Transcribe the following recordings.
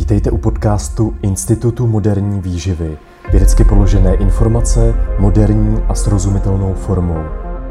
Vítejte u podcastu Institutu moderní výživy. Vědecky položené informace, moderní a srozumitelnou formou.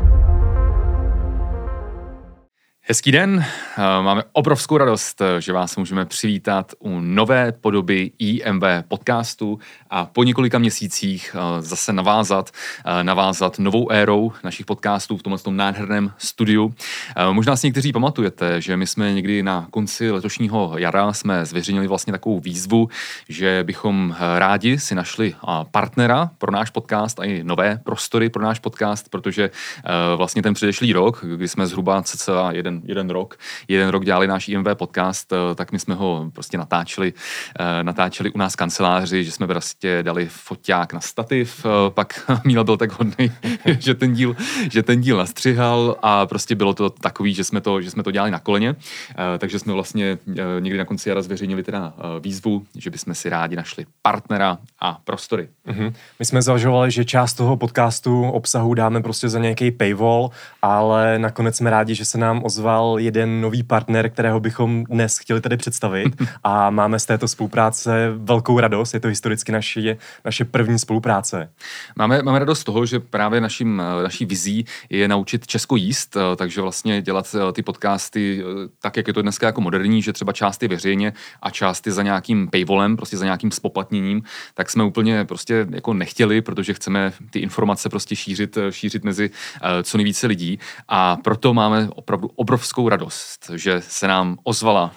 Hezký den, máme obrovskou radost, že vás můžeme přivítat u nové podoby IMV podcastu a po několika měsících zase navázat novou érou našich podcastů v tomhle nádherném studiu. Možná si někteří pamatujete, že my jsme někdy na konci letošního jara jsme zveřejnili vlastně takovou výzvu, že bychom rádi si našli partnera pro náš podcast a i nové prostory pro náš podcast, protože vlastně ten předešlý rok, kdy jsme zhruba cca jeden rok dělali náš IMV podcast, tak my jsme ho prostě natáčeli u nás v kanceláři, že jsme prostě dali foťák na stativ, pak Míla byl tak hodný, že ten díl nastřihal a prostě bylo to takový, že jsme to dělali na koleně, takže jsme vlastně někdy na konci jara zveřejnili teda výzvu, že bychom si rádi našli partnera a prostory. My jsme zvažovali, že část toho podcastu obsahu dáme prostě za nějaký paywall, ale nakonec jsme rádi, že se nám ozval jeden nový partner, kterého bychom dnes chtěli tady představit a máme z této spolupráce velkou radost. Je to historicky naše první spolupráce. Máme radost z toho, že právě naší vizí je naučit Česko jíst, takže vlastně dělat ty podcasty tak, jak je to dneska jako moderní, že třeba část je veřejně a část je za nějakým paywallem, prostě za nějakým spoplatněním, tak jsme úplně prostě jako nechtěli, protože chceme ty informace prostě šířit mezi co nejvíce lidí a proto máme opravdu obrovskou radost, že se nám ozvala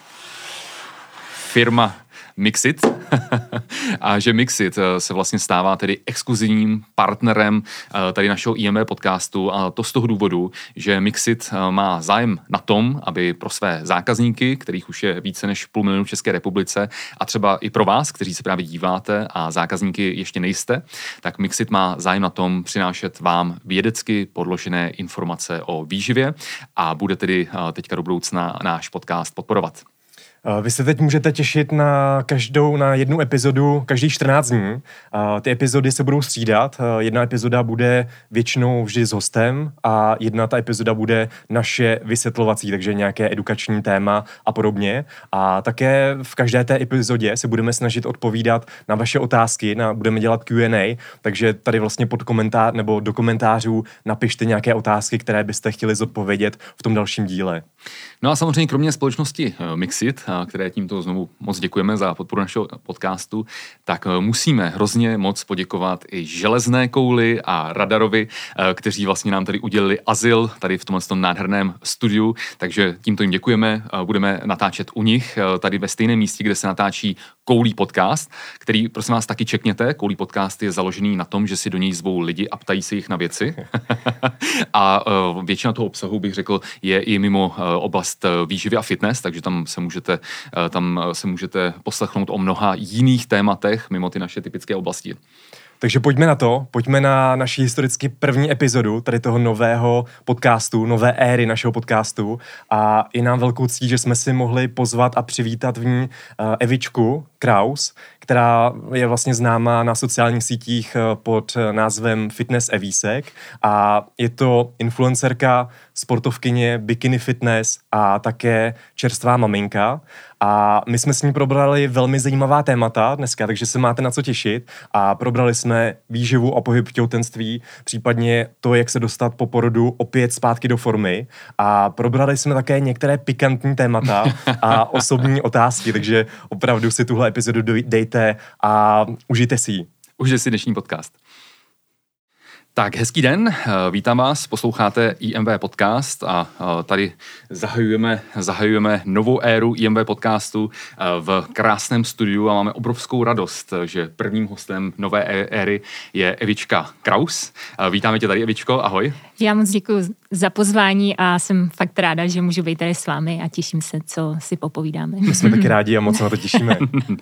firma Mixit a že Mixit se vlastně stává tedy exkluzivním partnerem tady našeho IMV podcastu a to z toho důvodu, že Mixit má zájem na tom, aby pro své zákazníky, kterých už je více než 500 000 v České republice a třeba i pro vás, kteří se právě díváte a zákazníky ještě nejste, tak Mixit má zájem na tom přinášet vám vědecky podložené informace o výživě a bude tedy teďka do budoucna náš podcast podporovat. Vy se teď můžete těšit na jednu epizodu každý 14 dní. Ty epizody se budou střídat. Jedna epizoda bude většinou vždy s hostem a jedna ta epizoda bude naše vysvětlovací, takže nějaké edukační téma a podobně. A také v každé té epizodě se budeme snažit odpovídat na vaše otázky, budeme dělat Q&A, takže tady vlastně pod komentář nebo do komentářů napište nějaké otázky, které byste chtěli zodpovědět v tom dalším díle. No a samozřejmě kromě společnosti Mixit, které tímto znovu moc děkujeme za podporu našeho podcastu, tak musíme hrozně moc poděkovat i Železné kouli a Radarovi, kteří vlastně nám tady udělili azyl tady v tomhle nádherném studiu, takže tímto jim děkujeme. Budeme natáčet u nich, tady ve stejném místě, kde se natáčí Koulí podcast, který, prosím vás, taky čekněte. Koulí podcast je založený na tom, že si do něj zvou lidi a ptají se jich na věci. A většina toho obsahu, bych řekl, je i mimo oblast výživy a fitness, takže tam se můžete poslechnout o mnoha jiných tématech mimo ty naše typické oblasti. Takže pojďme na naši historicky první epizodu tady toho nového podcastu, nové éry našeho podcastu a je nám velkou ctí, že jsme si mohli pozvat a přivítat v ní Evičku Kraus, která je vlastně známá na sociálních sítích pod názvem Fitness Evísek a je to influencerka, sportovkyně, bikini fitness a také čerstvá maminka. A my jsme s ní probrali velmi zajímavá témata dneska, takže se máte na co těšit a probrali jsme výživu a pohyb v těhotenství, případně to, jak se dostat po porodu opět zpátky do formy a probrali jsme také některé pikantní témata a osobní otázky, takže opravdu si tuhle epizodu dejte a užijte si ji. Užijte si dnešní podcast. Tak, hezký den, vítám vás, posloucháte IMV podcast a tady zahajujeme novou éru IMV podcastu v krásném studiu a máme obrovskou radost, že prvním hostem nové éry je Evička Kraus. Vítáme tě tady, Evičko, ahoj. Já moc děkuji za pozvání a jsem fakt ráda, že můžu být tady s vámi a těším se, co si popovídáme. My jsme taky rádi a moc se na to těšíme.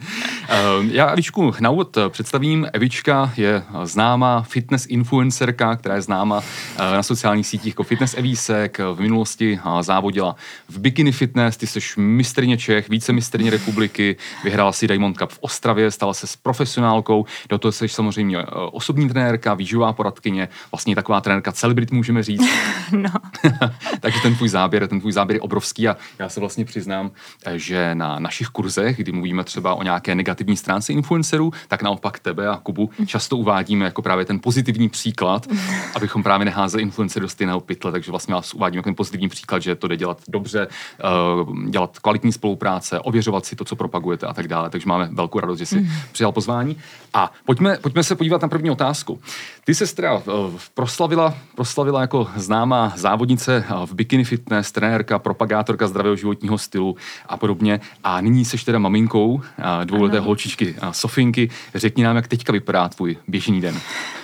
Já Evičku na úvod představím. Evička je známá fitness influencerka, která je známa na sociálních sítích jako Fitness Evísek. V minulosti závodila v bikini fitness, ty jsi mistryně Čech, vicemistryně republiky, vyhrála si Diamond Cup v Ostravě, stala se s profesionálkou, do toho jsi samozřejmě osobní trenérka, výživová poradkyně, vlastně taková trenérka celebrit můžeme říct. No. Takže ten tvůj záběr je obrovský a já se vlastně přiznám, že na našich kurzech, kdy mluvíme třeba o nějaké negativní stránce influencerů, tak naopak tebe a Kubu často uvádíme jako právě ten pozitivní příklad, abychom právě neházeli influencery do stejného pytle, takže vlastně vás uvádíme jako ten pozitivní příklad, že to jde dělat dobře, dělat kvalitní spolupráce, ověřovat si to, co propagujete a tak dále. Takže máme velkou radost, že jsi přijal pozvání. A pojďme se podívat na první otázku. Ty se teda proslavila jako známá závodnice v bikini fitness, trenérka, propagátorka zdravého životního stylu a podobně. A nyní seš teda maminkou dvouleté holčičky Sofinky. Řekni nám, jak teďka vypadá tvůj běžný den.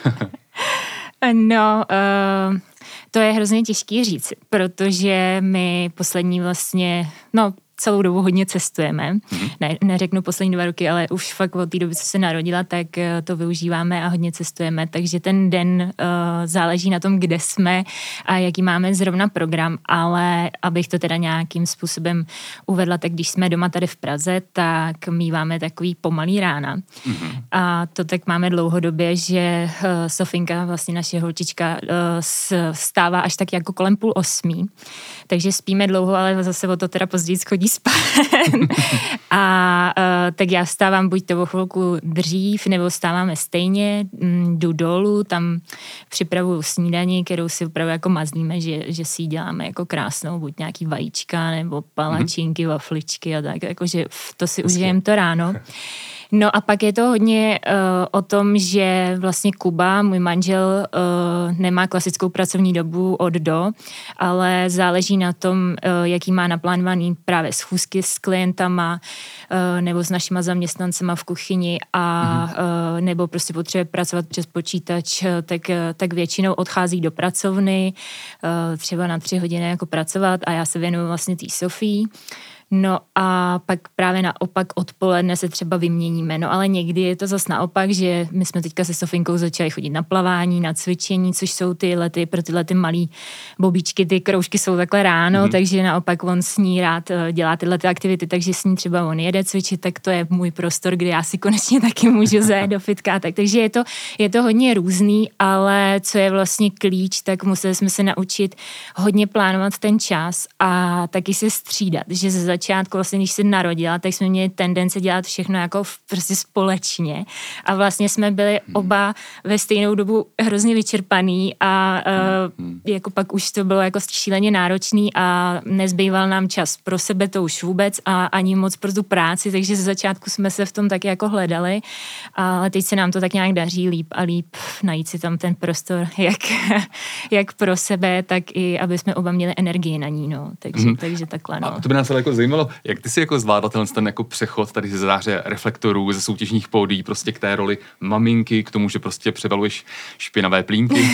No, to je hrozně těžký říct, protože my poslední vlastně, celou dobu hodně cestujeme. Neřeknu poslední 2 roky, ale už fakt od té doby, co se narodila, tak to využíváme a hodně cestujeme. Takže ten den záleží na tom, kde jsme a jaký máme zrovna program, ale abych to teda nějakým způsobem uvedla, tak když jsme doma tady v Praze, tak míváme takový pomalý rána. A to tak máme dlouhodobě, že Sofinka, vlastně naše holčička, vstává až tak jako kolem 7:30. Takže spíme dlouho, ale zase o to teda později chodí spát. A tak já vstávám buď to o chvilku dřív, nebo vstáváme stejně, jdu dolů, tam připravuju snídani, kterou si opravdu jako mazlíme, že si ji děláme jako krásnou, buď nějaký vajíčka, nebo palačinky, wafličky a tak, jakože to si užijeme to ráno. No a pak je to hodně o tom, že vlastně Kuba, můj manžel, nemá klasickou pracovní dobu od do, ale záleží na tom, jaký má naplánovaný právě schůzky s klientama nebo s našima zaměstnancema v kuchyni a nebo prostě potřebuje pracovat přes počítač, tak většinou odchází do pracovny, třeba na 3 hodiny jako pracovat a já se věnuju vlastně té Sofii. No a pak právě naopak odpoledne se třeba vyměníme. No ale někdy je to zas naopak, že my jsme teďka se Sofinkou začali chodit na plavání, na cvičení, což jsou pro tyhle ty malý bobíčky, ty kroužky jsou takhle ráno, takže naopak on s ní rád dělá tyhle ty aktivity, takže s ní třeba on jede cvičit, tak to je můj prostor, kde já si konečně taky můžu zajet do fitka. Takže je to hodně různý, ale co je vlastně klíč, tak museli jsme se naučit hodně plánovat ten čas a taky se střídat, že ze začátku, vlastně, když se narodila, tak jsme měli tendence dělat všechno jako prostě společně a vlastně jsme byli oba ve stejnou dobu hrozně vyčerpaný a jako pak už to bylo jako šíleně náročný a nezbýval nám čas pro sebe to už vůbec a ani moc pro tu práci, takže ze začátku jsme se v tom taky jako hledali, ale teď se nám to tak nějak daří líp a líp najít si tam ten prostor, jak pro sebe, tak i aby jsme oba měli energii na ní, no. Takže takhle, no. A to by nás ale jako zajímalo, jak ty si jako zvládla ten jako přechod tady ze záře reflektorů, ze soutěžních pódií prostě k té roli maminky, k tomu, že prostě převaluješ špinavé plínky.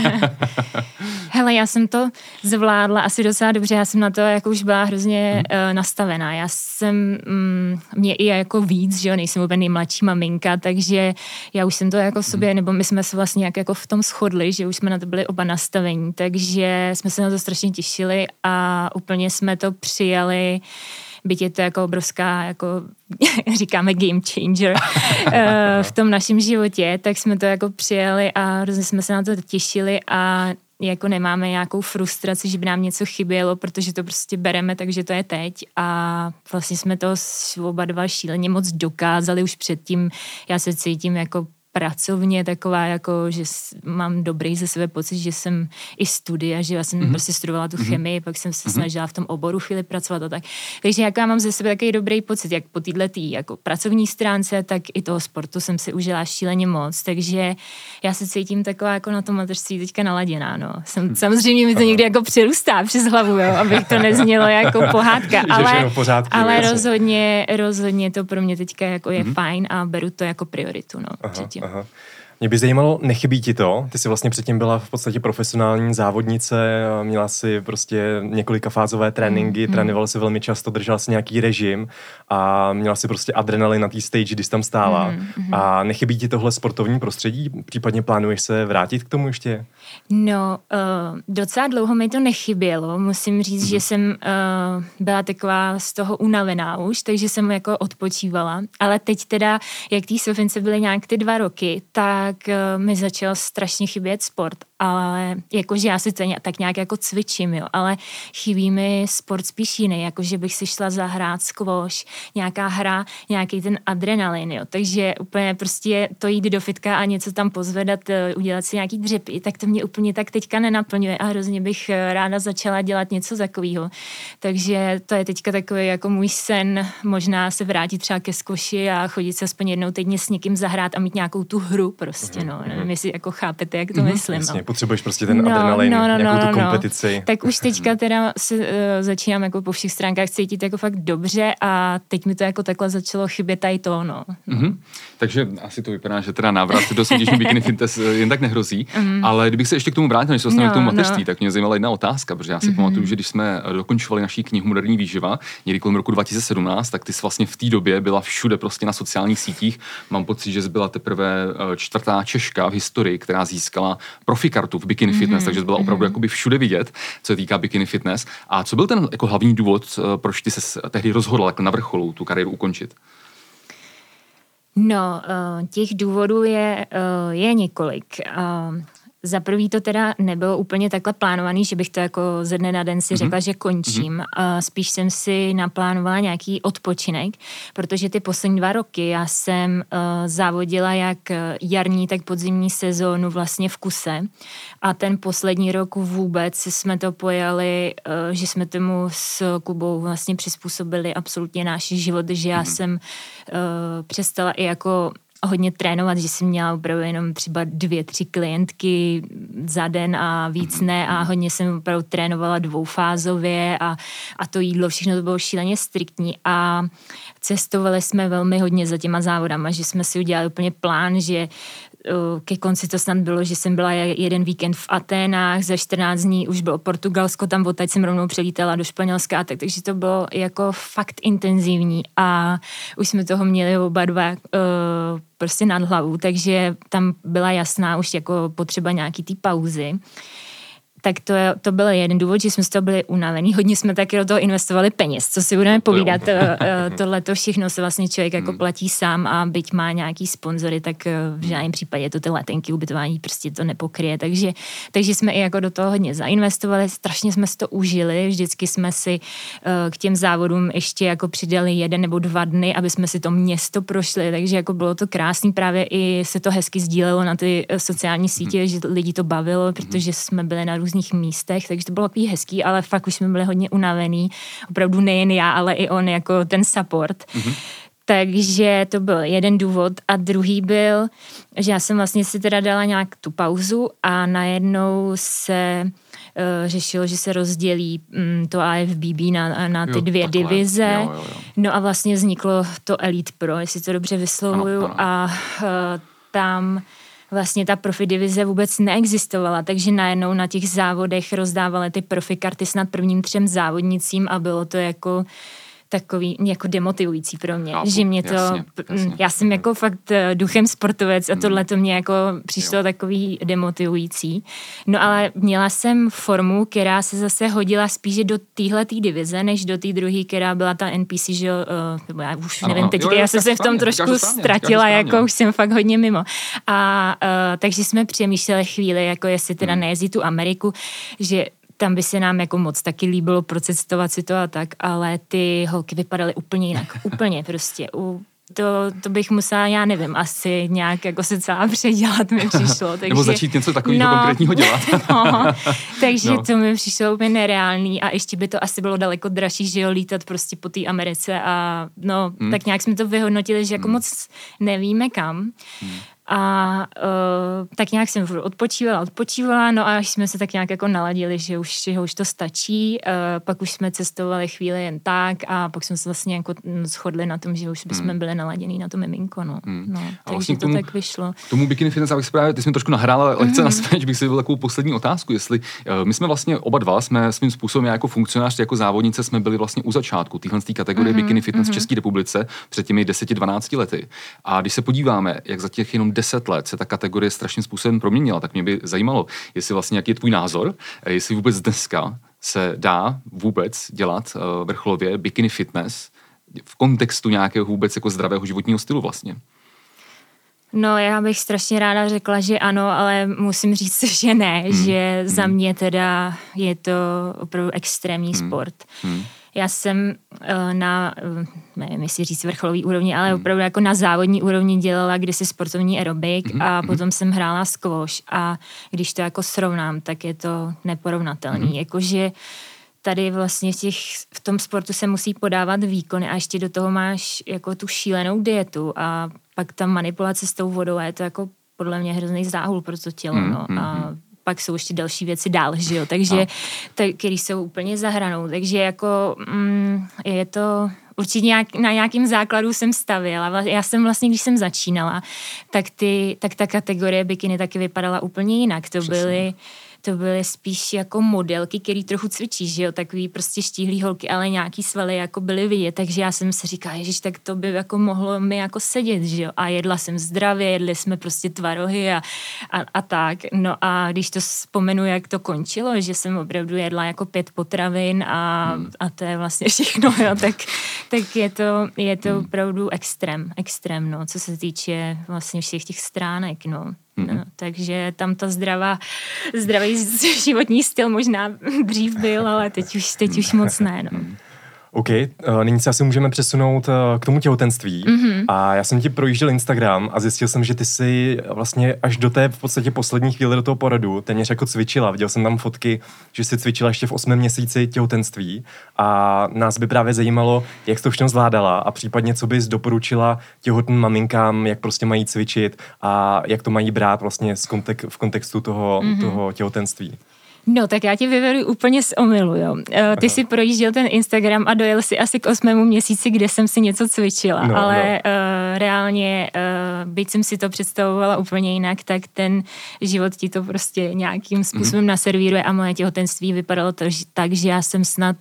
Hele, já jsem to zvládla asi docela dobře, já jsem na to jako už byla hrozně nastavená. Já jsem, mě i jako víc, že jo, nejsem úplně nejmladší maminka, takže já už jsem to jako sobě, nebo my jsme se vlastně jako v tom shodli, že už jsme na to byli oba nastavení, takže jsme se na to strašně těšili a úplně jsme to přijali, byť je to jako obrovská, jako říkáme game changer v tom našem životě, tak jsme to jako přijali a hrozně jsme se na to těšili a jako nemáme nějakou frustraci, že by nám něco chybělo, protože to prostě bereme, takže to je teď a vlastně jsme to oba dva šíleně moc dokázali už předtím. Já se cítím jako pracovně taková, jako, že mám dobrý ze sebe pocit, že jsem i studia, že já jsem prostě studovala tu chemii, pak jsem se snažila v tom oboru chvíli pracovat a tak. Takže jako já mám ze sebe takový dobrý pocit, jak po této jako pracovní stránce, tak i toho sportu jsem si užila šíleně moc, takže já se cítím taková jako na tom mateřství teďka naladěná, no. Samozřejmě mi to někdy jako přirůstá přes hlavu, jo, abych to neznělo jako pohádka, ale rozhodně to pro mě teďka jako je fajn a beru to jako prioritu, no, předtím. Aha. Mě by zajímalo, nechybí ti to? Ty jsi vlastně předtím byla v podstatě profesionální závodnice, měla si prostě několikafázové tréninky, trénovala si velmi často, držela si nějaký režim a měla si prostě adrenalin na té stage, když tam stála. A nechybí ti tohle sportovní prostředí? Případně plánuješ se vrátit k tomu ještě? No, docela dlouho mi to nechybělo. Musím říct, že jsem byla taková z toho unavená už, takže jsem jako odpočívala. Ale teď teda, jak té Sofince byly nějak ty 2 roky, tak tak mi začal strašně chybět sport, ale jakože já si to tak nějak jako cvičím, jo, ale chybí mi sport spíš jiný, jakože bych si šla zahrát squash, nějaká hra, nějaký ten adrenalin, jo, takže úplně prostě to jít do fitka a něco tam pozvedat, udělat si nějaký dřepy, tak to mě úplně tak teďka nenaplňuje a hrozně bych ráda začala dělat něco takového. Takže to je teďka takový jako můj sen, možná se vrátit třeba ke squashi a chodit se aspoň jednou týdně s někým zahrát a mít nějakou tu hru prostě, no. Nevím, jestli jako chápete, jak to myslím. Jasně, potřebuješ prostě ten adrenalin, nějakou tu kompetici. Tak už teďka teda se začínám jako po všech stránkách cítit jako fakt dobře a teď mi to jako takhle začalo chybět tady to, no. Takže asi to vypadá, že teda návrat do soutěžní bikini fitness jen tak nehrozí, ale kdybych se ještě k tomu vrátil, než se dostaneme k tomu mateřství, tak mě zajímala jedna otázka, protože já si pamatuju, že když jsme dokončovali naší knihu Moderní výživa, někdy kolem roku 2017, tak ty jsi vlastně v té době byla všude prostě na sociálních sítích. Mám pocit, že jsi byla teprve 4. Češka v historii, která získala profikartu v bikini fitness, takže jsi byla opravdu jakoby všude vidět, co se týká bikini fitness. A co byl ten jako hlavní důvod, proč ty se tehdy rozhodla jako na vrcholu tu kariéru ukončit? No, těch důvodů je několik. Za prvý to teda nebylo úplně takhle plánovaný, že bych to jako ze dne na den si řekla, že končím. Spíš jsem si naplánovala nějaký odpočinek, protože ty poslední 2 roky já jsem závodila jak jarní, tak podzimní sezónu vlastně v kuse. A ten poslední rok vůbec jsme to pojali, že jsme tomu s Kubou vlastně přizpůsobili absolutně náš život, že já jsem přestala i jako hodně trénovat, že jsem měla opravdu jenom třeba 2-3 klientky za den a víc ne a hodně jsem opravdu trénovala dvoufázově a to jídlo, všechno to bylo šíleně striktní a cestovali jsme velmi hodně za těma závodama, že jsme si udělali úplně plán, že ke konci to snad bylo, že jsem byla jeden víkend v Aténách, za 14 dní už bylo Portugalsko, tam odtaď jsem rovnou přelítala do Španělska, takže to bylo jako fakt intenzivní a už jsme toho měli oba dva prostě nad hlavu, takže tam byla jasná už jako potřeba nějaký té pauzy. Tak to byl jeden důvod, že jsme z toho byli unavený. Hodně jsme taky do toho investovali peněz, co si budeme povídat. Tohleto všechno se vlastně člověk jako platí sám a byť má nějaký sponzory, tak v žádném případě to ty letenky, ubytování prostě to nepokryje. Takže jsme i jako do toho hodně zainvestovali, strašně jsme si to užili, vždycky jsme si k těm závodům ještě jako přidali 1 nebo 2 dny, aby jsme si to město prošli, takže jako bylo to krásný, právě i se to hezky sdílelo na ty sociální sítě, že lidi to bavilo, protože jsme byli na různých místech, takže to bylo takový hezký, ale fakt už jsme byli hodně unavený. Opravdu nejen já, ale i on jako ten support. Takže to byl jeden důvod a druhý byl, že já jsem vlastně si teda dala nějak tu pauzu a najednou se řešilo, že se rozdělí to AFBB na ty 2 divize. Jo. No a vlastně vzniklo to Elite Pro, jestli to dobře vyslovuju, ano. A tam vlastně ta profi divize vůbec neexistovala, takže najednou na těch závodech rozdávaly ty profi karty snad prvním 3 závodnicím a bylo to jako takový jako demotivující pro mě, že mě to, jasně. Já jsem jako fakt duchem sportovec a tohle to mě jako přišlo takový demotivující. No ale měla jsem formu, která se zase hodila spíše do téhletý divize, než do té druhé, která byla ta NPC, že já už nevím teď, já jsem se v tom trošku ztratila, jako už jsem fakt hodně mimo. A takže jsme přemýšleli chvíli, jako jestli teda nejezdí tu Ameriku, že tam by se nám jako moc taky líbilo procestovat si to a tak, ale ty holky vypadaly úplně jinak. Úplně prostě. To bych musela, já nevím, asi nějak jako se celá předělat mi přišlo. Takže, nebo začít něco takového konkrétního dělat. Takže to mi přišlo úplně nereálný a ještě by to asi bylo daleko dražší, že jo, lítat prostě po té Americe a tak nějak jsme to vyhodnotili, že jako moc nevíme kam. A tak nějak jsem odpočívala, no a až jsme se tak nějak jako naladili, že už to stačí, pak už jsme cestovali chvíli jen tak a pak jsme se vlastně jako shodli na tom, že už bychom byli naladěný na to miminko, takže vlastně to tak vyšlo. K tomu bikini fitness, abych právě, ty jsi mi trošku nahrála lehce na zpět, bych si byl takovou poslední otázku, jestli my jsme vlastně oba dva, jsme svým způsobem jako funkcionář, jako závodnice jsme byli vlastně u začátku téhle kategorie bikini fitness v České republice před těmi 10-12 lety. A když se podíváme, jak za těch jenom 10 let se ta kategorie strašným způsobem proměnila, tak mě by zajímalo, jestli vlastně jaký je tvůj názor, jestli vůbec dneska se dá vůbec dělat vrcholově bikini fitness v kontextu nějakého vůbec jako zdravého životního stylu vlastně. No, já bych strašně ráda řekla, že ano, ale musím říct, že ne, že za mě teda je to opravdu extrémní sport. Já jsem nevím, jestli říct vrcholový úrovni, ale opravdu jako na závodní úrovni dělala kdysi sportovní aerobik a potom jsem hrála squash a když to jako srovnám, tak je to neporovnatelný. Jakože tady vlastně v tom sportu se musí podávat výkony a ještě do toho máš jako tu šílenou dietu a pak ta manipulace s tou vodou a je to jako podle mě hrozný záhul pro to tělo, no. A pak jsou ještě další věci dál, že jo, takže, který jsou úplně za hranou, takže jako je to určitě na nějakým základu jsem stavěla. Já jsem vlastně, když jsem začínala, tak ta kategorie bikiny taky vypadala úplně jinak. To byly spíš jako modelky, který trochu cvičí, že jo, takový prostě štíhlý holky, ale nějaký svaly jako byly vidět, takže já jsem si říkala, ježiš, tak to by jako mohlo mi jako sedět, že jo, a jedla jsem zdravě, jedli jsme prostě tvarohy a tak, no a když to vzpomenu, jak to končilo, že jsem opravdu jedla jako 5 potravin a to je vlastně všechno, jo, tak je to opravdu extrém, no, co se týče vlastně všech těch stránek, no. No, takže tam ta zdravý životní styl možná dřív byl, ale teď už moc ne, no. OK, nyní se asi můžeme přesunout k tomu těhotenství. A já jsem ti projížděl Instagram a zjistil jsem, že ty jsi vlastně až do té v podstatě poslední chvíli do toho porodu téměř jako cvičila. Viděl jsem tam fotky, že jsi cvičila ještě v 8. měsíci těhotenství a nás by právě zajímalo, jak jsi to všechno zvládala a případně co bys doporučila těhotným maminkám, jak prostě mají cvičit a jak to mají brát vlastně v kontextu toho těhotenství. No, tak já ti vyvedu úplně z omylu, jo. Ty si projížděl ten Instagram a dojel si asi k 8. měsíci, kde jsem si něco cvičila, ale reálně, byť jsem si to představovala úplně jinak, tak ten život ti to prostě nějakým způsobem naservíruje a moje těhotenství vypadalo tak, že já jsem snad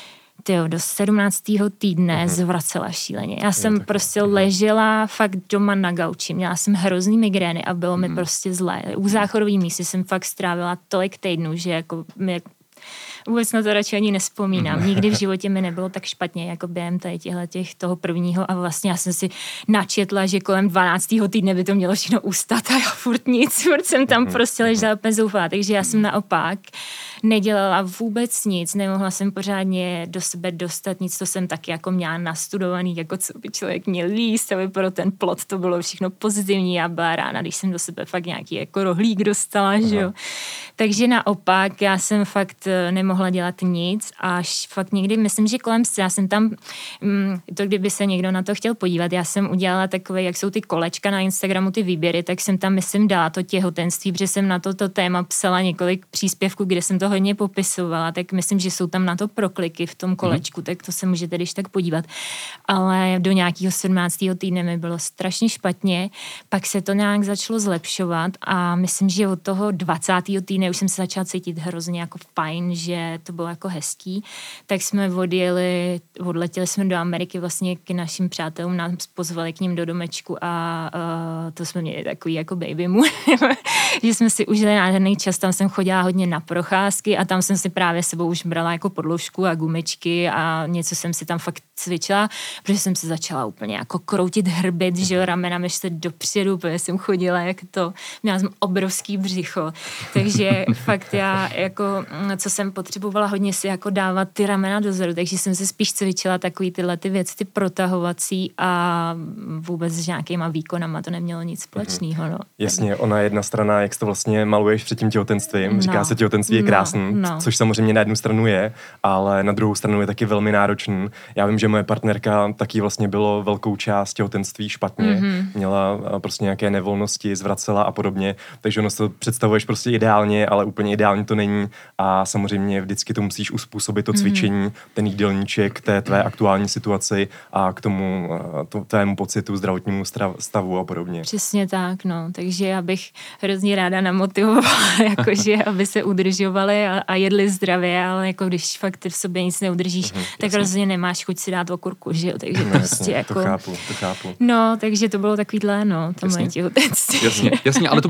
do 17. týdne zvracela šíleně. Já jsem prostě ležela fakt doma na gauči. Měla jsem hrozný migrény a bylo mi prostě zlé. U záchodový mísy jsem fakt strávila tolik týdnů, že jako vůbec na to radši ani nespomínám. Nikdy v životě mi nebylo tak špatně, jako během toho prvního a vlastně já jsem si načetla, že kolem 12. týdne by to mělo všechno ustat a já furt jsem tam prostě ležela úplně zoufalá. Takže já jsem naopak nedělala vůbec nic, nemohla jsem pořádně do sebe dostat nic, to jsem taky jako měla nastudovaný, jako co by člověk měl líst, aby pro ten plod to bylo všechno pozitivní. Já byla rána, když jsem do sebe fakt nějaký jako rohlík dostala, že jo. Takže naopak, já jsem fakt nemohla dělat nic, až fakt někdy, myslím, že já jsem tam, to kdyby se někdo na to chtěl podívat, já jsem udělala takové, jak jsou ty kolečka na Instagramu, ty výběry, tak jsem tam, myslím, dala to těhotenství, protože jsem na toto téma psala několik příspěvků, kde jsem to hodně popisovala, tak myslím, že jsou tam na to prokliky v tom kolečku, tak to se můžete když tak podívat. Ale do nějakého 17. týdne mi bylo strašně špatně, pak se to nějak začalo zlepšovat a myslím, že od toho 20. týdne už jsem se začala cítit hrozně jako fajn, že to bylo jako hezký, tak jsme odletěli jsme do Ameriky vlastně k našim přátelům, nás pozvali k ním do domečku a to jsme měli takový jako baby moon, že jsme si užili nádherný čas, tam jsem chodila hodně na procházky a tam jsem si právě sebou už brala jako podložku a gumičky a něco jsem si tam fakt cvičila, protože jsem se začala úplně jako kroutit hrbit, že ramena mi šly dopředu, protože jsem chodila měla jsem obrovský břicho, takže fakt já jako, co jsem potřebovala hodně si jako dávat ty ramena dozadu, takže jsem se spíš cvičila takový tyhle ty věci, ty protahovací a vůbec s nějakýma výkonama to nemělo nic společného, no. Jasně, ona je jedna strana, jak to vlastně maluješ před tím těhotenstvím, říká se těhotenství je krásný, což samozřejmě na jednu stranu je, ale na druhou stranu je taky velmi náročný. Já vím, že moje partnerka taky vlastně bylo velkou část těhotenství špatně, měla prostě nějaké nevolnosti, zvracela a podobně, takže ono to představuješ prostě ideálně, ale úplně ideálně to není a samozřejmě vždycky to musíš uspůsobit to cvičení, ten jídelníček té tvé aktuální situaci a k tomu tvému pocitu, zdravotnímu stavu a podobně. Přesně tak, no, takže já bych hrozně ráda namotivovala, jakože, aby se udržovali a jedli zdravě, ale jako když fakt v sobě nic neudržíš, tak rozhodně nemáš chuť si dát okurku, že jo, takže prostě jasně, jako... To chápu. No, takže to bylo takovýhle, no, to moje těhotenství. Jasně, ale to byla teda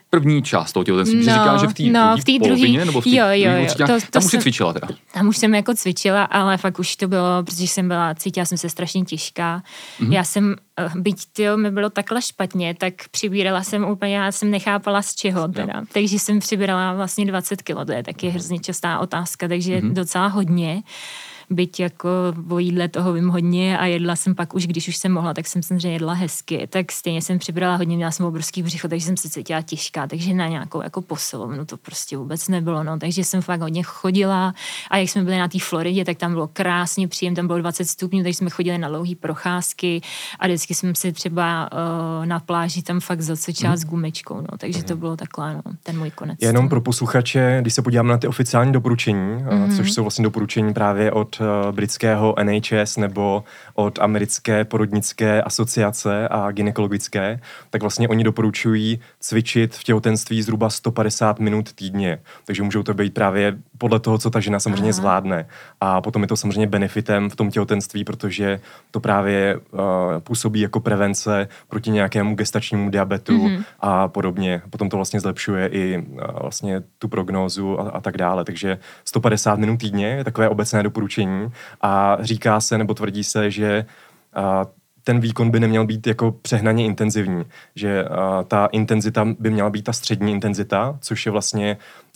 první část toho těhotenství. No, říká, že v té polovině, nebo v té tam už si cvičila teda. Tam už jsem jako cvičila, ale fakt už to bylo, protože cítila jsem se strašně těžká. Já jsem, byť mi bylo takhle špatně, tak přibírala jsem úplně, já jsem nechápala z čeho teda. Takže jsem přibírala vlastně 20 kilo, to je taky hrozně častá otázka, takže docela hodně. Byť jako o jídle toho vím hodně a jedla jsem pak už, když už jsem mohla, tak jsem samozřejmě jedla hezky, tak stejně jsem přibrala hodně, měla jsem obrovský břicho, takže jsem se cítila těžká, takže na nějakou jako posilovnu to prostě vůbec nebylo, no, takže jsem fakt hodně chodila a jak jsme byli na té Floridě, tak tam bylo krásně příjem, tam bylo 20 stupňů, takže jsme chodili na dlouhé procházky a vždycky jsme si třeba na pláži tam fakt zacvičila s gumečkou, no, takže to bylo takhle, no, ten můj konec. Jenom pro posluchače, když se podíváme na ty oficiální doporučení, což jsou vlastně doporučení právě od britského NHS nebo od americké porodnické asociace a gynekologické, tak vlastně oni doporučují cvičit v těhotenství zhruba 150 minut týdně. Takže můžou to být právě podle toho, co ta žena samozřejmě zvládne. A potom je to samozřejmě benefitem v tom těhotenství, protože to právě působí jako prevence proti nějakému gestačnímu diabetu a podobně. Potom to vlastně zlepšuje i vlastně tu prognózu a tak dále. Takže 150 minut týdně je takové obecné doporučení a říká se nebo tvrdí se, že ten výkon by neměl být jako přehnaně intenzivní, že ta intenzita by měla být ta střední intenzita, což je vlastně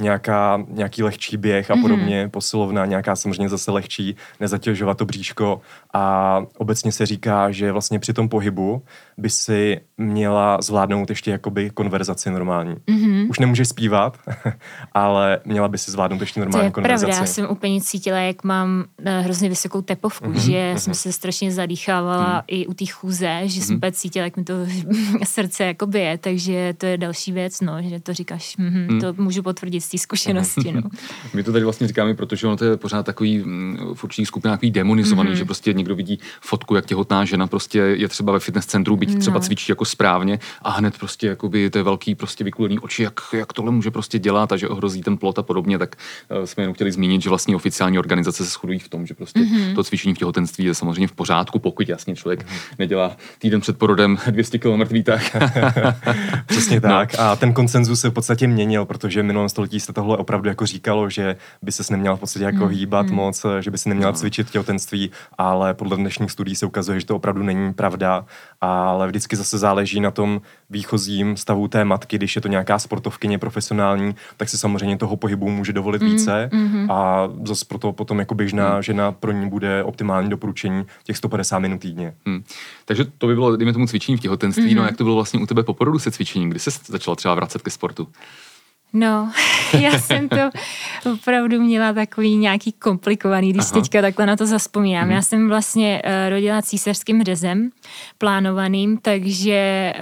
nějaký lehčí běh a podobně, posilovna, nějaká samozřejmě zase lehčí, nezatěžovat to bříško a obecně se říká, že vlastně při tom pohybu by si měla zvládnout ještě jakoby konverzaci normální. Už nemůžeš zpívat, ale měla by si zvládnout ještě normální konverzaci. To je pravda, já jsem úplně cítila, jak mám hrozně vysokou tepovku, že jsem se strašně zadýchávala i u té chůze, že jsem úplně cítila, jak mi to srdce jako bije, takže to je další věc, no, že to říkáš, to můžu potvrdit z té zkušenosti, no. My to tady vlastně říkáme, protože ono to je pořád takový v určitých skupinách takový demonizovaný, že prostě někdo vidí fotku, jak těhotná žena prostě je třeba ve fitness centru, byť třeba cvičí jako správně a hned prostě jakoby to je velký prostě vykulený oči, jak tohle může prostě dělat a že ohrozí ten plod a podobně, tak jsme jenom chtěli zmínit, že vlastně oficiální organizace se shodují v tom, že prostě to cvičení v těhotenství je samozřejmě v pořádku, pokud jasně člověk nedělá týden před porodem 200 km mrtvý tak. Přesně tak. A ten konsenzus se v podstatě měnil, protože v minulém století se tohle opravdu jako říkalo, že by ses neměla v podstatě jako hýbat moc, že by si neměla cvičit v těhotenství, ale podle dnešních studií se ukazuje, že to opravdu není pravda, ale vždycky zase záleží na tom výchozím stavu té matky, když je to nějaká sportovkyně profesionální, tak si samozřejmě toho pohybu může dovolit více a zase proto potom jako běžná žena pro ní bude optimální doporučení těch 150 minut týdně. Takže to by bylo, dejme tomu, cvičení v těhotenství, no jak to bylo vlastně u tebe po porodu se cvičením, kdy jsi začala třeba vracet ke sportu? No, já jsem to opravdu měla takový nějaký komplikovaný, když teďka takhle na to zavzpomínám. Já jsem vlastně rodila císařským řezem plánovaným, takže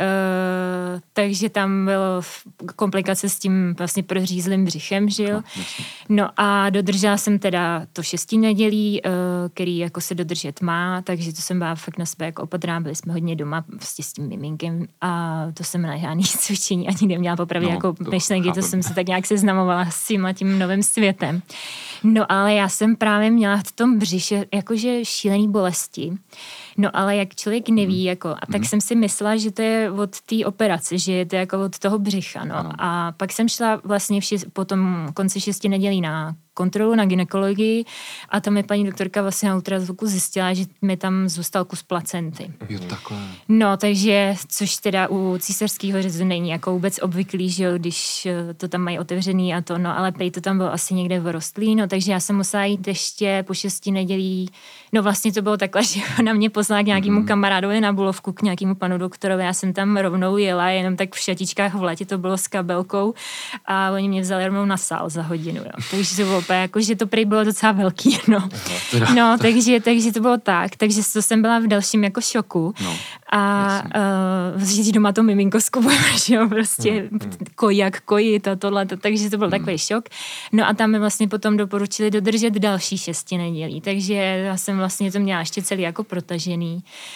tam bylo komplikace s tím vlastně prořízlým břichem, že jo. No a dodržela jsem teda to 6 nedělí, který jako se dodržet má, takže to jsem byla fakt na sebe jako opatrná, byli jsme hodně doma vlastně s tím miminkem a to jsem na žádný cvičení ani neměla popravdě jako myšlenky, to jsem se tak nějak seznamovala s tím novým světem. No ale já jsem právě měla v tom břiše jakože šílený bolesti. No ale jak člověk neví, jako, a tak jsem si myslela, že to je od té operace, že je to jako od toho břicha, no. A pak jsem šla vlastně po tom konci 6 nedělí na kontrolu na gynekologii a tam mi paní doktorka vlastně na ultrazvuku zjistila, že mi tam zůstal kus placenty. Jo, takhle. No, takže, což teda u císařského řezu není jako vůbec obvyklý, že jo, když to tam mají otevřený a to, no, ale prej to tam bylo asi někde vrostlý, no, takže já jsem musela jít ještě po 6 nedělí, no vlastně to bylo takhle, že na mě poslala k nějakému kamarádovi na Bulovku, k nějakému panu doktorovi, já jsem tam rovnou jela, jenom tak v šatičkách v letě, to bylo s kabelkou a oni mě vzali rovnou na sál za hodinu, no. Takže to bylo jako, že to prý bylo docela velký, no. No, takže to bylo tak, takže to jsem byla v dalším jako šoku a že doma to miminko zkoušela, že jo, prostě jak kojit a tohle, takže to byl takový šok. No a tam mi vlastně potom doporučili dodržet další 6 nedělí, takže já jsem vlastně to měla ještě celý jako protažený.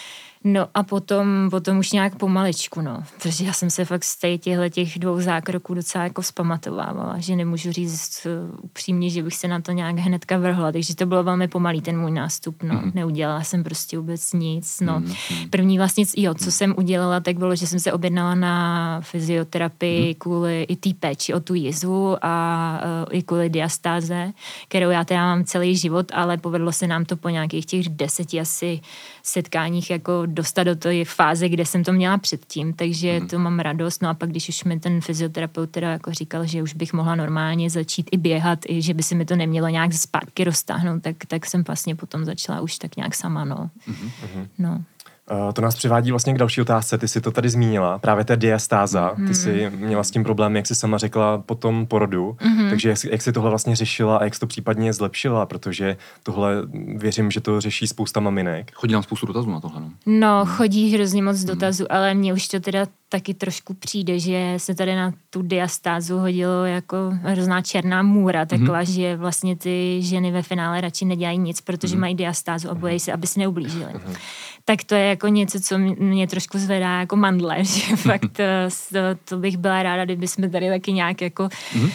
No a potom už nějak pomaličku, no. Protože já jsem se fakt z těch 2 zákroků docela jako vzpamatovávala, že nemůžu říct upřímně, že bych se na to nějak hnedka vrhla, takže to bylo velmi pomalý ten můj nástup, no. Neudělala jsem prostě vůbec nic, no. První vlastně, co jsem udělala, tak bylo, že jsem se objednala na fyzioterapii kvůli i té péči o tu jizvu a i kvůli diastáze, kterou já teda mám celý život, ale povedlo se nám to po nějakých těch 10 asi setkáních jako dostat do té fáze, kde jsem to měla předtím, takže to mám radost. No a pak, když už mi ten fyzioterapeut teda jako říkal, že už bych mohla normálně začít i běhat, i že by se mi to nemělo nějak zpátky roztáhnout, tak jsem vlastně potom začala už tak nějak sama, no. No. To nás přivádí vlastně k další otázce. Ty jsi to tady zmínila, právě ta diastáza. Ty jsi měla s tím problém, jak jsi sama řekla, po tom porodu. Takže jak jsi tohle vlastně řešila a jak jsi to případně zlepšila, protože tohle věřím, že to řeší spousta maminek. Chodí nám spoustu dotazů na tohle, no. No, chodí hrozně moc dotazů, ale mně už to teda taky trošku přijde, že se tady na tu diastázu hodilo jako hrozná černá můra, takhle, že vlastně ty ženy ve finále radši nedělají nic, protože mají diastázu a bojí se, aby si neublížili. Tak to je jako něco, co mě trošku zvedá jako mandle, že fakt to bych byla ráda, kdyby jsme tady taky nějak jako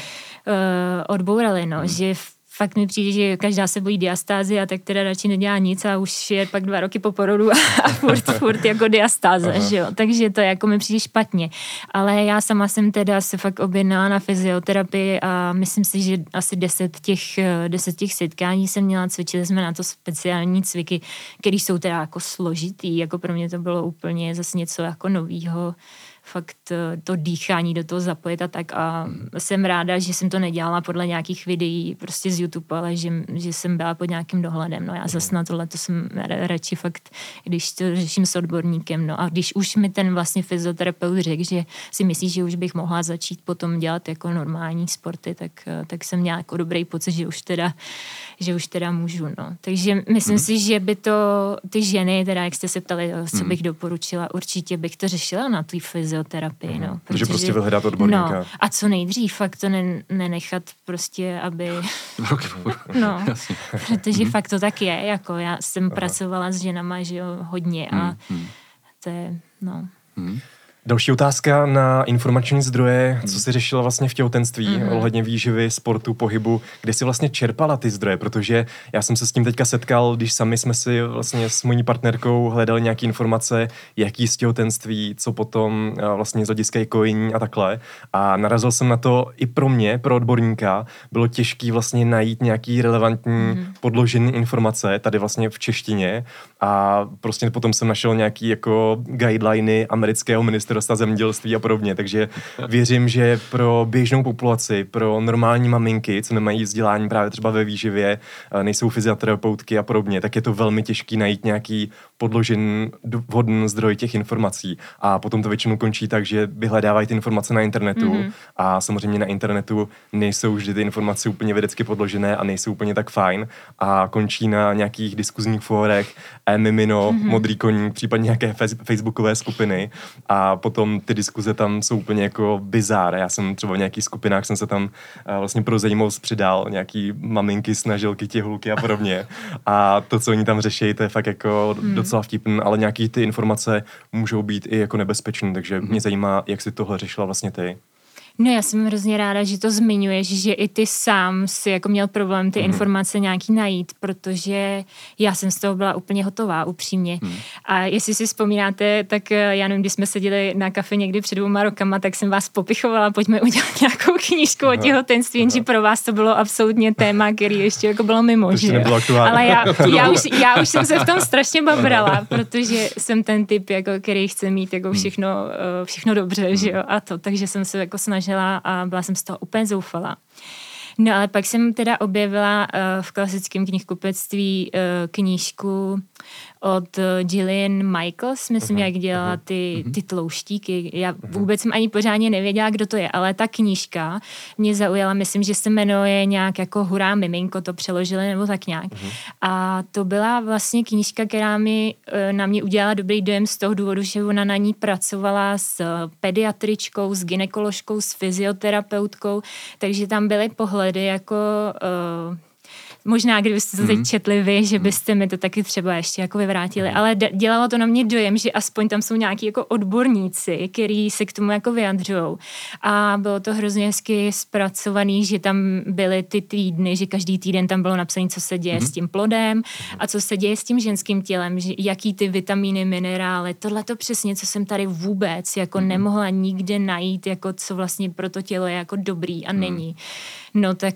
odbourali, no, že fakt mi přijde, že každá se bojí diastázy a tak teda radši nedělá nic a už je pak 2 roky po porodu a furt jako diastáze, že jo. Takže to jako mi přijde špatně. Ale já sama jsem teda se fakt objednala na fyzioterapii a myslím si, že asi 10 těch setkání jsem měla, cvičili jsme na to speciální cviky, které jsou teda jako složitý, jako pro mě to bylo úplně zase něco jako novýho, fakt to dýchání do toho zapojit a tak a jsem ráda, že jsem to nedělala podle nějakých videí prostě z YouTube, ale že jsem byla pod nějakým dohledem, no já zase na tohle to jsem radši fakt, když to řeším s odborníkem, no a když už mi ten vlastně fyzioterapeut řekl, že si myslí, že už bych mohla začít potom dělat jako normální sporty, tak jsem měla jako dobrý pocit, že už teda můžu, no. Takže myslím si, že by to ty ženy, teda jak jste se ptali, co bych doporučila, určitě bych to řešila na té fyzioterapii, no. Takže prostě vyhledat odborníka. No, a co nejdřív, fakt to nenechat prostě, aby... no, protože fakt to tak je, jako já jsem pracovala s ženama, že jo, hodně a to je, no... Další otázka na informační zdroje, co jsi řešila vlastně v těhotenství, ohledně výživy, sportu, pohybu, kde jsi vlastně čerpala ty zdroje, protože já jsem se s tím teďka setkal, když sami jsme si vlastně s mojí partnerkou hledali nějaké informace, jaký z těhotenství, co potom vlastně z hlediska kojení a takhle. A narazil jsem na to i pro mě, pro odborníka, bylo těžké vlastně najít nějaký relevantní podložený informace, tady vlastně v češtině a prostě potom jsem našel nějaký jako guideliny amerického ministerstva zemědělství a podobně, takže věřím, že pro běžnou populaci, pro normální maminky, co nemají vzdělání právě třeba ve výživě, nejsou fyzioterapeutky a podobně, tak je to velmi těžký najít nějaký podložený vhodný zdroj těch informací a potom to většinou končí tak, že vyhledávají ty informace na internetu a samozřejmě na internetu nejsou vždy ty informace úplně vědecky podložené a nejsou úplně tak fajn a končí na nějakých diskuzních fórech, Mimino, Modrý koník, případně nějaké facebookové skupiny a potom ty diskuze tam jsou úplně jako bizár. Já jsem třeba v nějakých skupinách jsem se tam vlastně pro zajímavost přidal, nějaký maminky, snažilky, těhulky a podobně. A to, co oni tam řeší, to je fakt jako docela vtipný, ale nějaký ty informace můžou být i jako nebezpečné, takže mě zajímá, jak jsi tohle řešila vlastně ty. No já jsem hrozně ráda, že to zmiňuješ, že i ty sám si jako měl problém ty informace nějaký najít, protože já jsem z toho byla úplně hotová, upřímně. A jestli si vzpomínáte, tak já nevím, když jsme seděli na kafe někdy před 2 rokama, tak jsem vás popichovala, pojďme udělat nějakou knížku o těhotenství, jenže pro vás to bylo absolutně téma, který ještě jako bylo mimo, že? Ale já už jsem se v tom strašně babrala, protože jsem ten typ, jako, který chce mít jako všechno dobře, že jo, a to, takže jsem se jako snažila a byla jsem z toho úplně zoufalá. No ale pak jsem teda objevila v klasickém knihkupectví knížku od Gillian Michaels, myslím, jak dělala ty tlouštíky. Já vůbec jsem ani pořádně nevěděla, kdo to je, ale ta knížka mě zaujala, myslím, že se jmenuje nějak jako Hurá miminko, to přeložili nebo tak nějak. A to byla vlastně knížka, která na mě udělala dobrý dojem z toho důvodu, že ona na ní pracovala s pediatričkou, s gynekoložkou, s fyzioterapeutkou, takže tam byly pohledy jako možná kdybyste to teď četli vy, že byste mi to taky třeba ještě jako vyvrátili, ale dělalo to na mě dojem, že aspoň tam jsou nějaký jako odborníci, kteří se k tomu jako vyjadřujou. A bylo to hrozně hezky zpracovaný, že tam byly ty týdny, že každý týden tam bylo napsané, co se děje s tím plodem a co se děje s tím ženským tělem, že jaký ty vitamíny, minerály, tohle to přesně, co jsem tady vůbec jako nemohla nikde najít, jako co vlastně pro to tělo je jako dobrý a není. No tak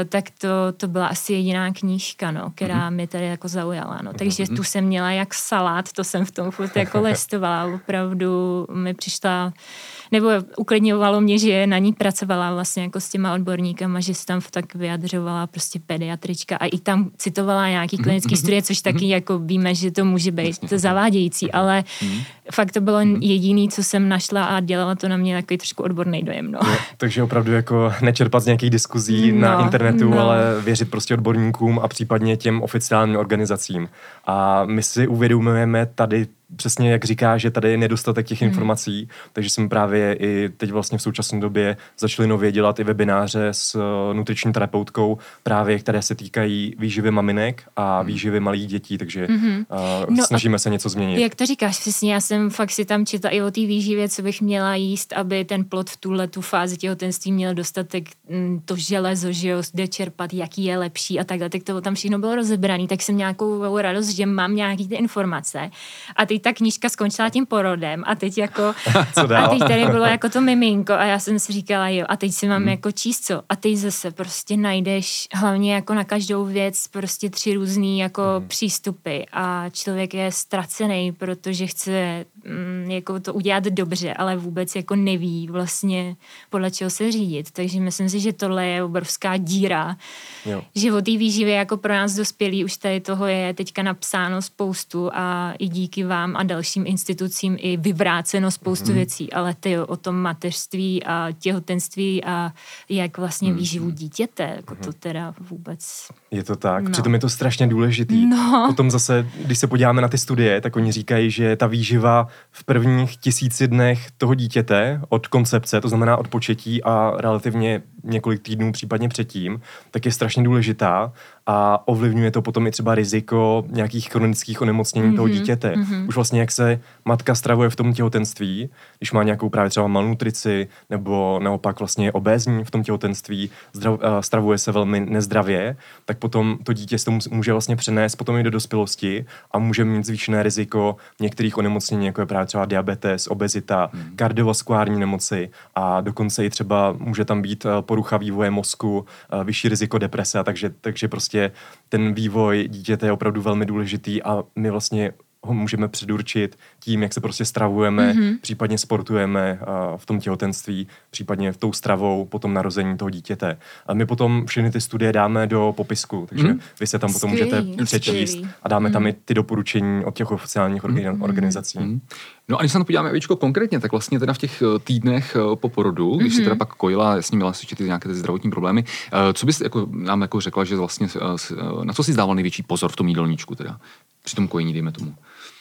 to byla asi jediná knížka, no, která mě tady jako zaujala, no. Takže tu jsem měla jak salát, to jsem v tom furt jako listovala, opravdu mi přišla, nebo uklidňovalo mě, že na ní pracovala vlastně jako s těma odborníkama, že se tam tak vyjadřovala prostě pediatrička a i tam citovala nějaký klinický studie, což taky jako víme, že to může být to zavádějící, ale fakt to bylo jediný, co jsem našla a dělala to na mě takový trošku odborný dojem, no. Jo, takže opravdu jako nečerpat z nějakých diskuzí na internetu, ale věřit prostě odborníkům a případně těm oficiálním organizacím. A my si uvědomujeme tady přesně jak říká, že tady je nedostatek těch informací, takže jsme právě i teď vlastně v současné době začali nově dělat i webináře s nutriční terapeutkou, právě které se týkají výživy maminek a výživy malých dětí, takže snažíme se něco změnit. Jak to říkáš přesně, já jsem fakt si tam četla i o té výživě, co bych měla jíst, aby ten plod v tu fázi těhotenství měl dostatek to železo, že jo, kde čerpat, jaký je lepší a takhle, tak to tam všechno bylo rozebraný, tak jsem nějakou radost, že mám nějaký ty informace a teď ta knížka skončila tím porodem a teď jako a teď tady bylo jako to miminko a já jsem si říkala, jo, a teď si mám jako číst co a teď zase prostě najdeš hlavně jako na každou věc prostě 3 různý jako přístupy a člověk je ztracený, protože chce jako to udělat dobře, ale vůbec jako neví vlastně podle čeho se řídit, takže myslím si, že tohle je obrovská díra, že o té výživě jako pro nás dospělí už tady toho je teďka napsáno spoustu a i díky vám a dalším institucím i vyvráceno spoustu věcí, ale o tom mateřství a těhotenství a jak vlastně výživu dítěte, jako to teda vůbec... Je to tak, přitom je to strašně důležitý. Potom zase, když se podíváme na ty studie, tak oni říkají, že ta výživa v prvních 1000 dnech toho dítěte od koncepce, to znamená od početí a relativně několik týdnů případně předtím, tak je strašně důležitá a ovlivňuje to potom i třeba riziko nějakých chronických onemocnění toho dítěte. Už vlastně jak se matka stravuje v tom těhotenství, když má nějakou právě třeba malnutrici nebo naopak vlastně obézní v tom těhotenství, stravuje se velmi nezdravě, tak potom to dítě se to může vlastně přenést potom i do dospělosti a může mít zvýšené riziko některých onemocnění, jako je právě třeba diabetes, obezita, kardiovaskulární nemoci a dokonce i třeba může tam být porucha vývoje mozku, vyšší riziko deprese, takže prostě ten vývoj dítěte je opravdu velmi důležitý a my vlastně ho můžeme předurčit tím, jak se prostě stravujeme, případně sportujeme v tom těhotenství, případně v tou stravou po tom narození toho dítěte. A my potom všechny ty studie dáme do popisku, takže vy se tam potom můžete přečíst a dáme tam i ty doporučení od těch oficiálních organizací. No a když se na to podíváme, Evičko, konkrétně, tak vlastně teda v těch týdnech po porodu, když se teda pak kojila, jasně měla si nějaké ty zdravotní problémy, co bys jako, nám jako řekla, že vlastně na co jsi dával největší pozor v tom jídelníčku teda, při tom kojení, dejme tomu?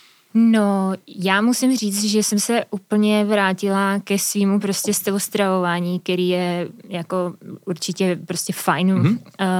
No, já musím říct, že jsem se úplně vrátila ke svýmu prostě stylu stravování, který je jako určitě prostě fajn,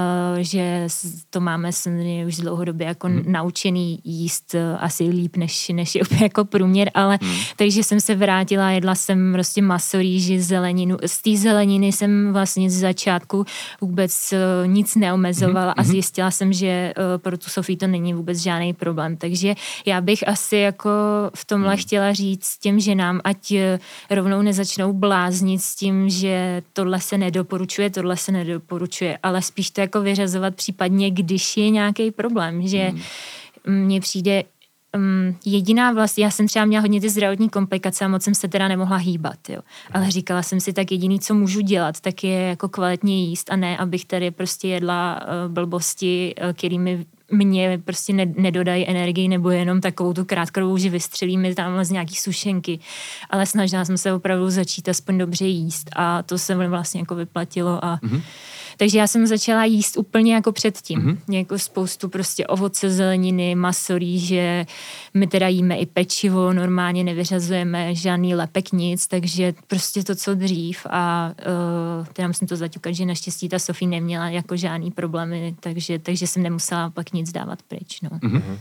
že to máme samozřejmě už dlouhodobě jako naučený jíst asi líp, než je úplně jako průměr, ale takže jsem se vrátila, jedla jsem prostě maso, rýži, zeleninu. Z té zeleniny jsem vlastně z začátku vůbec nic neomezovala a zjistila jsem, že pro tu Sofii to není vůbec žádný problém, takže já bych asi jako v tomhle chtěla říct těm ženám, ať rovnou nezačnou bláznit s tím, že tohle se nedoporučuje, ale spíš to jako vyřazovat případně, když je nějaký problém, že mně přijde jediná vlastně, já jsem třeba měla hodně ty zdravotní komplikace a moc jsem se teda nemohla hýbat, jo. Ale říkala jsem si, tak jediný, co můžu dělat, tak je jako kvalitně jíst a ne, abych tady prostě jedla blbosti, kterými mě prostě nedodají energii nebo jenom takovou tu krátkodobou, že vystřelí mi tam z nějaký sušenky. Ale snažila jsem se opravdu začít aspoň dobře jíst a to se vlastně jako vyplatilo a Takže já jsem začala jíst úplně jako předtím. Jako spoustu prostě ovoce, zeleniny, maso, rýže. My teda jíme i pečivo, normálně nevyřazujeme žádný lepek, nic, takže prostě to, co dřív. A teda musím to zaťukat, že naštěstí ta Sofie neměla jako žádný problémy, takže jsem nemusela pak nic dávat pryč. No.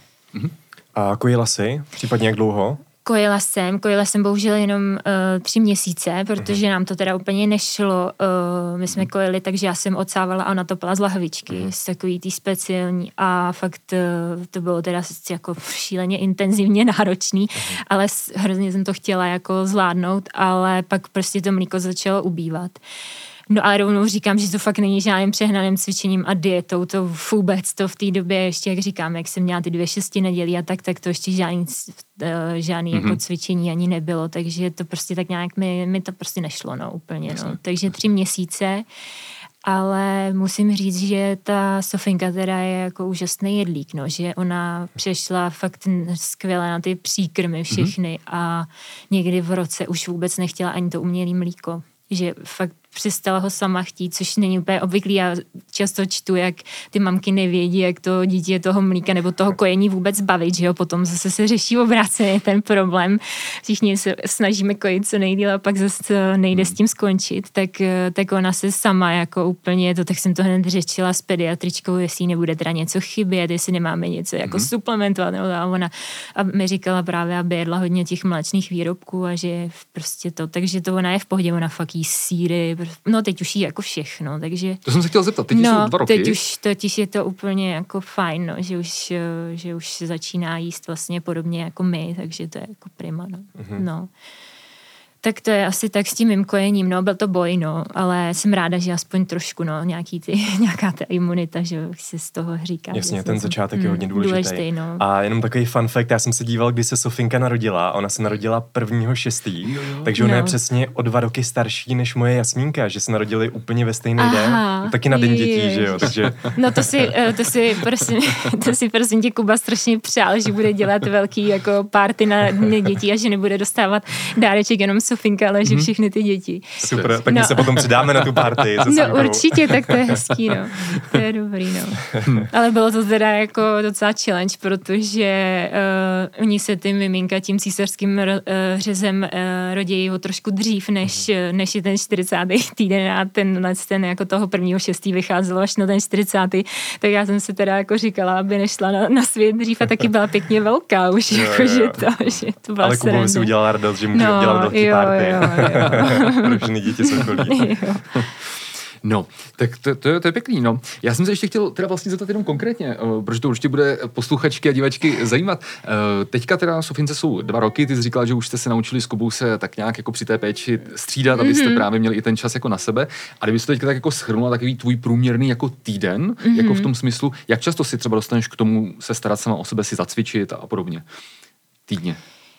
A kojila jsi? Případně jak dlouho? Kojila jsem bohužel jenom 3 měsíce, protože nám to teda úplně nešlo. My jsme kojili, takže já jsem odsávala a ona topila z lahvičky, z takový tý speciální a fakt to bylo teda jako šíleně intenzivně náročný, ale hrozně jsem to chtěla jako zvládnout, ale pak prostě to mlíko začalo ubývat. No a rovnou říkám, že to fakt není žádným přehnaným cvičením a dietou, to vůbec, to v té době ještě, jak říkám, jak jsem měla ty 2 6 nedělí a tak to ještě žádný jako cvičení ani nebylo, takže to prostě tak nějak mi to prostě nešlo, no úplně, no. Takže 3 měsíce, ale musím říct, že ta Sofinka teda je jako úžasný jedlík, no, že ona přešla fakt skvěle na ty příkrmy všechny a někdy v roce už vůbec nechtěla ani to umělý mlíko, že fakt přestala ho sama chtít, což není úplně obvyklý. Já často čtu, jak ty mamky nevědí, jak to dítě toho mlíka nebo toho kojení vůbec bavit, že jo, potom zase se řeší obráceně ten problém. Všichni se snažíme kojit co nejdýle a pak zase nejde s tím skončit, tak ona se sama jako úplně, tak jsem to hned řešila s pediatričkou, jestli nebude teda něco chybět, jestli nemáme něco jako suplementovat, nebo a mi říkala právě, aby jedla hodně těch mléčných výrobků a že prostě to, takže to ona je v pohodě, ona fakt jí sýry, no teď už jí jako všechno, takže... To jsem se chtěla zeptat, teď jsou 2 roky. Teď už je to úplně jako fajn, no, že už se začíná jíst vlastně podobně jako my, takže to je jako prima, no. No. Tak to je asi tak s tím mým kojením, no, byl to boj, no, ale jsem ráda, že aspoň trošku, no, nějaká ta imunita, že se z toho říká. Jasně, ten začátek je hodně důležitý. No. A jenom takový fun fact, já jsem se díval, kdy se Sofinka narodila, ona se narodila 1.6., takže ona je přesně o 2 roky starší než moje Jasmínka, že se narodili úplně ve stejný den, taky na den dětí, že jo, takže... No to si prosím tě Kuba strašně přál, že bude dělat velký jako party na dny dětí a že nebude dostávat dáreček jenom Sofinka, ale že všechny ty děti. Super, tak my se potom přidáme na tu party. No určitě, tak to je hezký, no. To je dobrý, no. Ale bylo to teda jako docela challenge, protože oni se ty miminka tím císařským řezem rodějí o trošku dřív, než je ten 40. týden a ten jako toho 1.6. vycházelo až na ten 40. Tak já jsem si teda jako říkala, aby nešla na svět dřív a taky byla pěkně velká už, jako, že to byla ale Kuba si udělala radost, že může dělat velký party. Pro všechny děti z okolí. No, tak to je pěkný, no. Já jsem se ještě chtěl teda vlastně zeptat jenom konkrétně, protože to určitě bude posluchačky a divačky zajímat. Teďka teda Sofince jsou 2 roky, ty jsi říkala, že už jste se naučili s Kubou se tak nějak jako při té péči střídat, abyste právě měli i ten čas jako na sebe. A kdybyste to teďka tak jako shrnula takový tvůj průměrný jako týden, jako v tom smyslu, jak často si třeba dostaneš k tomu se starat sama o sebe, si zacvičit a podobně týdně?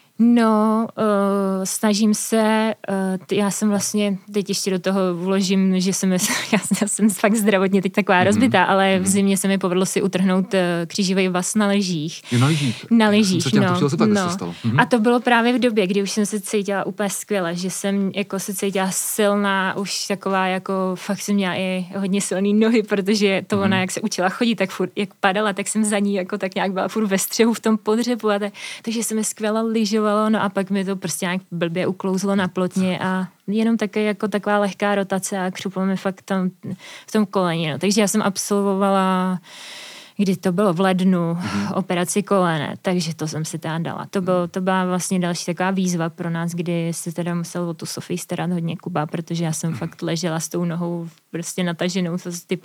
No, snažím se, já jsem vlastně, teď ještě do toho vložím, že já jsem fakt zdravotně teď taková rozbitá, ale v zimě se mi povedlo si utrhnout křížový vaz na lyžích. Na lyžích, no. A to bylo právě v době, kdy už jsem se cítila úplně skvěle, že jsem jako se cítila silná, už taková jako, fakt jsem měla i hodně silný nohy, protože to ona, jak se učila chodit, tak furt, jak padala, tak jsem za ní jako tak nějak byla furt ve střehu v tom podřepu a takže jsem mi skvěle lyžovala, no a pak mi to prostě nějak blbě uklouzlo na plotně a jenom také jako taková lehká rotace a křuplo mi fakt v tom koleni, no. Takže já jsem absolvovala, kdy to bylo v lednu, operaci kolene, takže to jsem si teda dala. To byla vlastně další taková výzva pro nás, kdy se teda musel o tu Sofii starat hodně Kuba, protože já jsem fakt ležela s tou nohou prostě nataženou,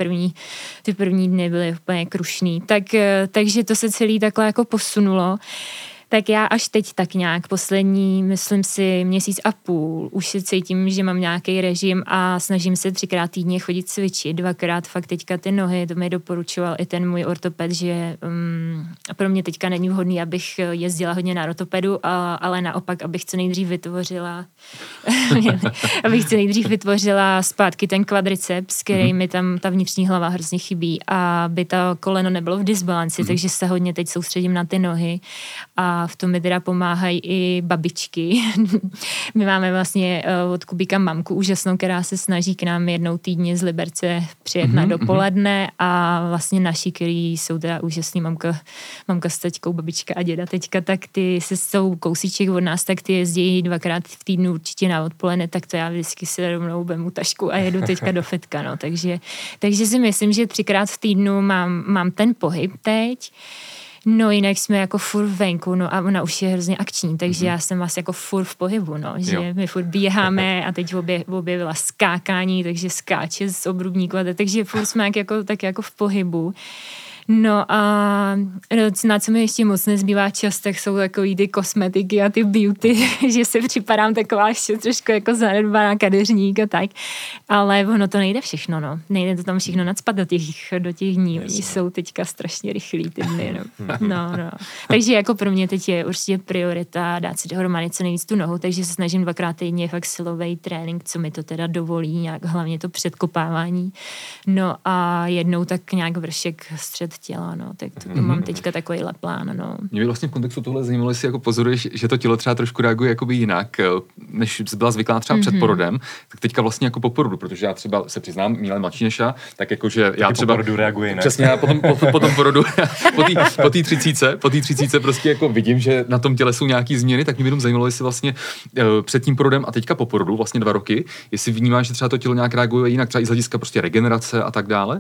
ty první dny byly úplně krušný. Takže to se celý takhle jako posunulo. Tak já až teď tak nějak poslední, myslím si, 1,5 měsíce už si cítím, že mám nějaký režim a snažím se 3krát týdně chodit cvičit, 2krát fakt teďka ty nohy, to mi doporučoval i ten můj ortoped, že pro mě teďka není vhodný, abych jezdila hodně na ortopedu, ale naopak, abych co nejdřív vytvořila zpátky ten kvadriceps, který mi tam ta vnitřní hlava hrozně chybí a aby ta koleno nebylo v disbalanci, takže se hodně teď soustředím na ty nohy a a v tom mi teda pomáhají i babičky. My máme vlastně od Kubíka mamku úžasnou, která se snaží k nám jednou týdně z Liberce přijet na dopoledne a vlastně naši, který jsou teda úžasný, mamka s taťkou, babička a děda teďka, tak ty se jsou kousíček od nás, tak ty jezdí 2krát v týdnu určitě na odpoledne, tak to já vždycky si rovnou vemu tašku a jedu teďka do fitka, no. Takže si myslím, že 3krát v týdnu mám ten pohyb teď. No jinak jsme jako furt venku, no a ona už je hrozně akční, takže já jsem vlastně jako furt v pohybu, no, že my furt běháme a teď objevila skákání, takže skáče z obrubníku, takže furt jsme tak jako v pohybu. No a na co mi ještě moc nezbývá čas, tak jsou takový ty kosmetiky a ty beauty, že si připadám taková ještě trošku jako zanedbaná kadeřník a tak, ale ono to nejde všechno, no. Nejde to tam všechno nacpat do těch dní, oni jsou teďka strašně rychlí ty dny, no. Takže jako pro mě teď je určitě priorita dát si dohromady co nejvíc tu nohu, takže se snažím 2krát týdně fakt silový trénink, co mi to teda dovolí, nějak hlavně to předkopávání, no a jednou tak nějak vršek střed těla, no, tak to mám teďka takovýhle plán, no. Mě by vlastně v kontextu tohle zajímalo, jestli jako pozoruješ, že to tělo třeba trošku reaguje jakoby jinak, než byla zvyklá třeba před porodem, tak teďka vlastně jako po porodu, protože já třeba se přiznám, Míla mladší než já, tak jakože já třeba po porodu reaguji, ne? Přesně, já po tom porodu, po té 30 prostě jako vidím, že na tom těle jsou nějaký změny, tak mě by jenom zajímalo, jestli vlastně před tím porodem a teďka po porodu, vlastně 2 roky, jestli vnímáš, že třeba to tělo nějak reaguje jinak, třeba i z hlediska prostě regenerace a tak dále.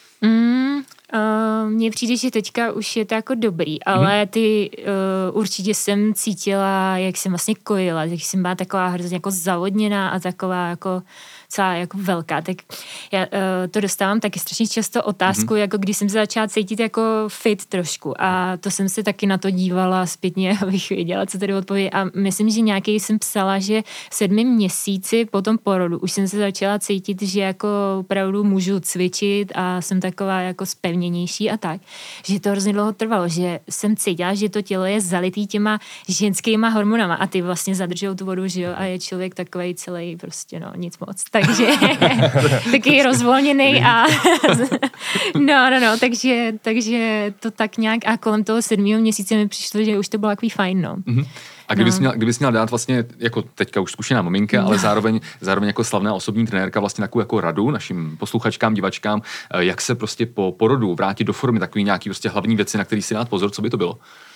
Mně přijde, že teďka už je to jako dobrý, ale určitě jsem cítila, jak jsem vlastně kojila, jak jsem byla taková hrozně jako zavodněná a taková jako celá jako velká, tak já to dostávám taky strašně často otázku, jako když jsem se začala cítit jako fit trošku a to jsem se taky na to dívala zpětně, abych věděla, co tady odpovědět a myslím, že nějaký jsem psala, že 7 měsíci po tom porodu už jsem se začala cítit, že jako opravdu můžu cvičit a jsem taková jako spevněnější a tak, že to hrozně dlouho trvalo, že jsem cítila, že to tělo je zalitý těma ženskýma hormonama a ty vlastně zadržujou tu vodu, že jo, a je člověk takovej celý prostě, no, nic moc. Takže taky rozvolněný a no, takže to tak nějak a kolem toho 7. měsíce mi přišlo, že už to bylo takový fajn, no. A kdybys měla dát vlastně, jako teďka už zkušená maminka, ale zároveň jako slavná osobní trenérka vlastně takovou jako radu našim posluchačkám, divačkám, jak se prostě po porodu vrátit do formy, takový nějaký prostě hlavní věci, na který si dát pozor, co by to bylo?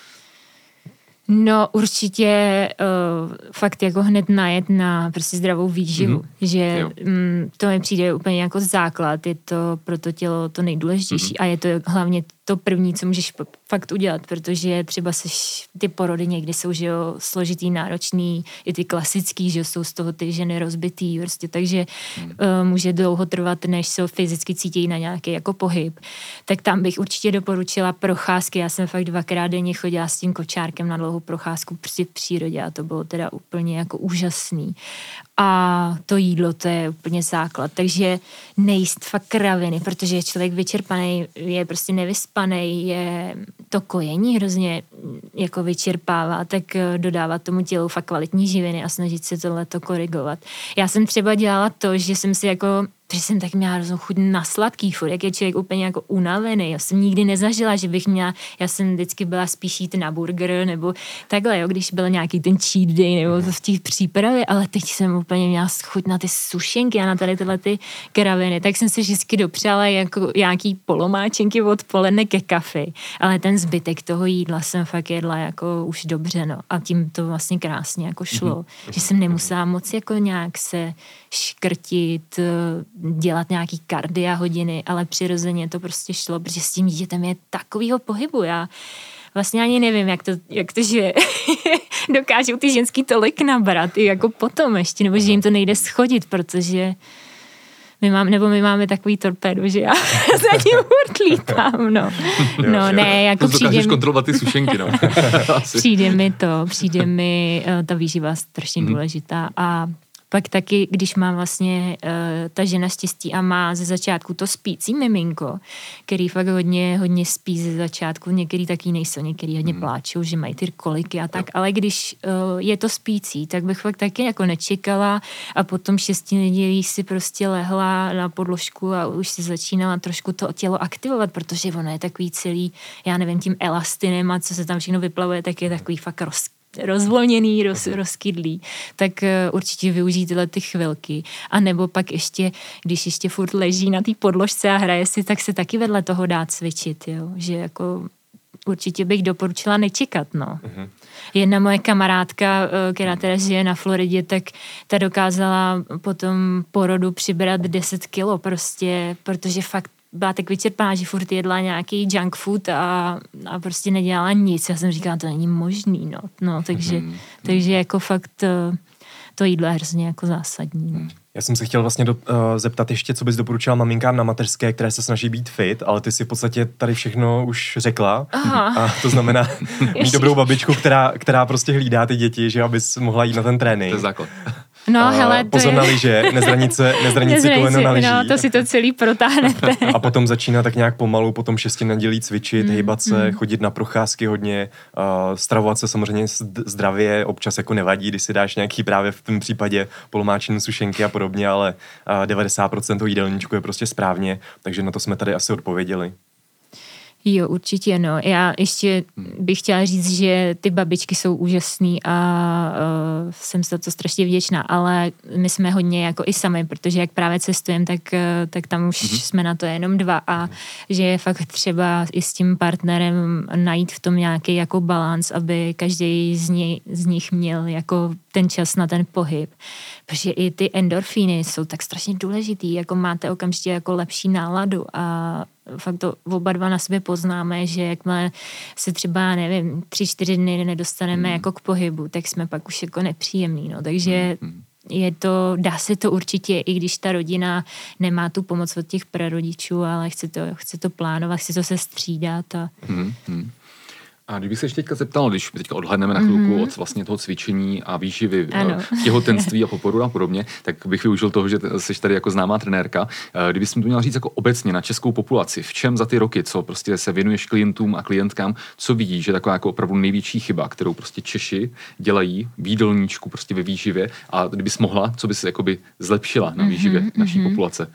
No určitě fakt jako hned najet na prostě zdravou výživu, že to mi přijde úplně jako základ, je to pro to tělo to nejdůležitější a je to hlavně to první, co můžeš fakt udělat, protože třeba ty porody někdy jsou, že jo, složitý, náročný, i ty klasický, že jsou z toho ty ženy rozbitý, prostě, takže může dlouho trvat, než se fyzicky cítí na nějaký jako pohyb. Tak tam bych určitě doporučila procházky, já jsem fakt 2krát denně chodila s tím kočárkem na dlouhou procházku prostě v přírodě a to bylo teda úplně jako úžasný. A to jídlo, to je úplně základ, takže nejíst fakt kraviny, protože je člověk vyčerpaný, je prostě nevyspaný, je to kojení hrozně jako vyčerpává, tak dodávat tomu tělu fakt kvalitní živiny a snažit se tohleto korigovat. Já jsem třeba dělala to, že jsem si jako protože jsem tak měla hroznou chuť na sladký furt, jak je člověk úplně jako unavený. Já jsem nikdy nezažila, že bych měla, já jsem vždycky byla spíš jít na burger nebo takhle, jo, když byl nějaký ten cheat day nebo to v těch přípravě, ale teď jsem úplně měla chuť na ty sušenky a na tady tyhle ty kraviny, tak jsem si vždycky dopřála jako nějaký polomáčenky odpoledne ke kafi, ale ten zbytek toho jídla jsem fakt jedla jako už dobře, no. A tím to vlastně krásně jako šlo, že jsem nemusela moc jako nějak se škrtit, dělat nějaký kardia hodiny, ale přirozeně to prostě šlo, protože s tím dítětem je takovýho pohybu. Já vlastně ani nevím, jak to že dokážou ty ženský tolik nabrat, i jako potom ještě, nebo že jim to nejde schodit, protože my máme takový torpédo, že já za tím furt lítám, no. No, ne, jako dokážeš kontrolovat ty sušenky, no. Přijde mi ta výživa strašně důležitá a Pak taky, když má vlastně ta žena štěstí a má ze začátku to spící miminko, který fakt hodně spí ze začátku, některý taky nejsou, některý hodně pláčou, že mají ty koliky a tak, ale když je to spící, tak bych fakt taky jako nečekala a potom 6 nedělí si prostě lehla na podložku a už si začínala trošku to tělo aktivovat, protože ono je takový celý, já nevím, tím elastinem a co se tam všechno vyplavuje, tak je takový fakt rozvolněný, rozkydlý, tak určitě využít tyhle ty chvilky. A nebo pak ještě, když ještě furt leží na té podložce a hraje si, tak se taky vedle toho dá cvičit, jo? Že jako určitě bych doporučila nečekat, no. Jedna moje kamarádka, která teda žije na Floridě, tak ta dokázala potom porodu přibrat 10 kilo prostě, protože fakt byla tak vyčerpaná, že furt jedla nějaký junk food a prostě nedělala nic. Já jsem říkala, to není možný, no takže jako fakt to jídlo je hrozně jako zásadní. No. Já jsem se chtěl vlastně zeptat ještě, co bys doporučila maminkám na mateřské, které se snaží být fit, ale ty si v podstatě tady všechno už řekla. Aha. A to znamená mít dobrou babičku, která prostě hlídá ty děti, že abys mohla jít na ten trénink. To je základ. No, hele, pozor na lyže, nezranit si koleno na lyžích. No, to si to celý protáhnete. A potom začíná tak nějak pomalu, potom 6 nedělí cvičit, hejbat se, chodit na procházky hodně, stravovat se samozřejmě zdravě, občas jako nevadí, když si dáš nějaký právě v tom případě polomáčené sušenky a podobně, ale 90% toho jídelníčku je prostě správně, takže na to jsme tady asi odpověděli. Jo, určitě, no. Já ještě bych chtěla říct, že ty babičky jsou úžasný a jsem za to strašně vděčná, ale my jsme hodně jako i sami, protože jak právě cestujeme, tak tam už jsme na to jenom 2 a že je fakt třeba i s tím partnerem najít v tom nějaký jako balans, aby každý z nich měl jako ten čas na ten pohyb. Protože i ty endorfíny jsou tak strašně důležitý, jako máte okamžitě jako lepší náladu a fakt to oba dva na sebe poznáme, že jakmile se třeba, nevím, 3-4 dny nedostaneme jako k pohybu, tak jsme pak už jako nepříjemný, no. Takže dá se to určitě, i když ta rodina nemá tu pomoc od těch prarodičů, ale chce to plánovat, chce to se střídat a... A kdybych se ještě teďka zeptal, když teďka odhledneme na chvilku od vlastně toho cvičení a výživy, těhotenství a poporodu a podobně, tak bych využil toho, že jsi tady jako známá trenérka. Kdybys mi to měla říct jako obecně na českou populaci, v čem za ty roky, co prostě se věnuješ klientům a klientkám, co vidíš, že taková jako opravdu největší chyba, kterou prostě Češi dělají v jídelníčku, prostě ve výživě, a kdybys mohla, co bys jakoby zlepšila na výživě naší populace?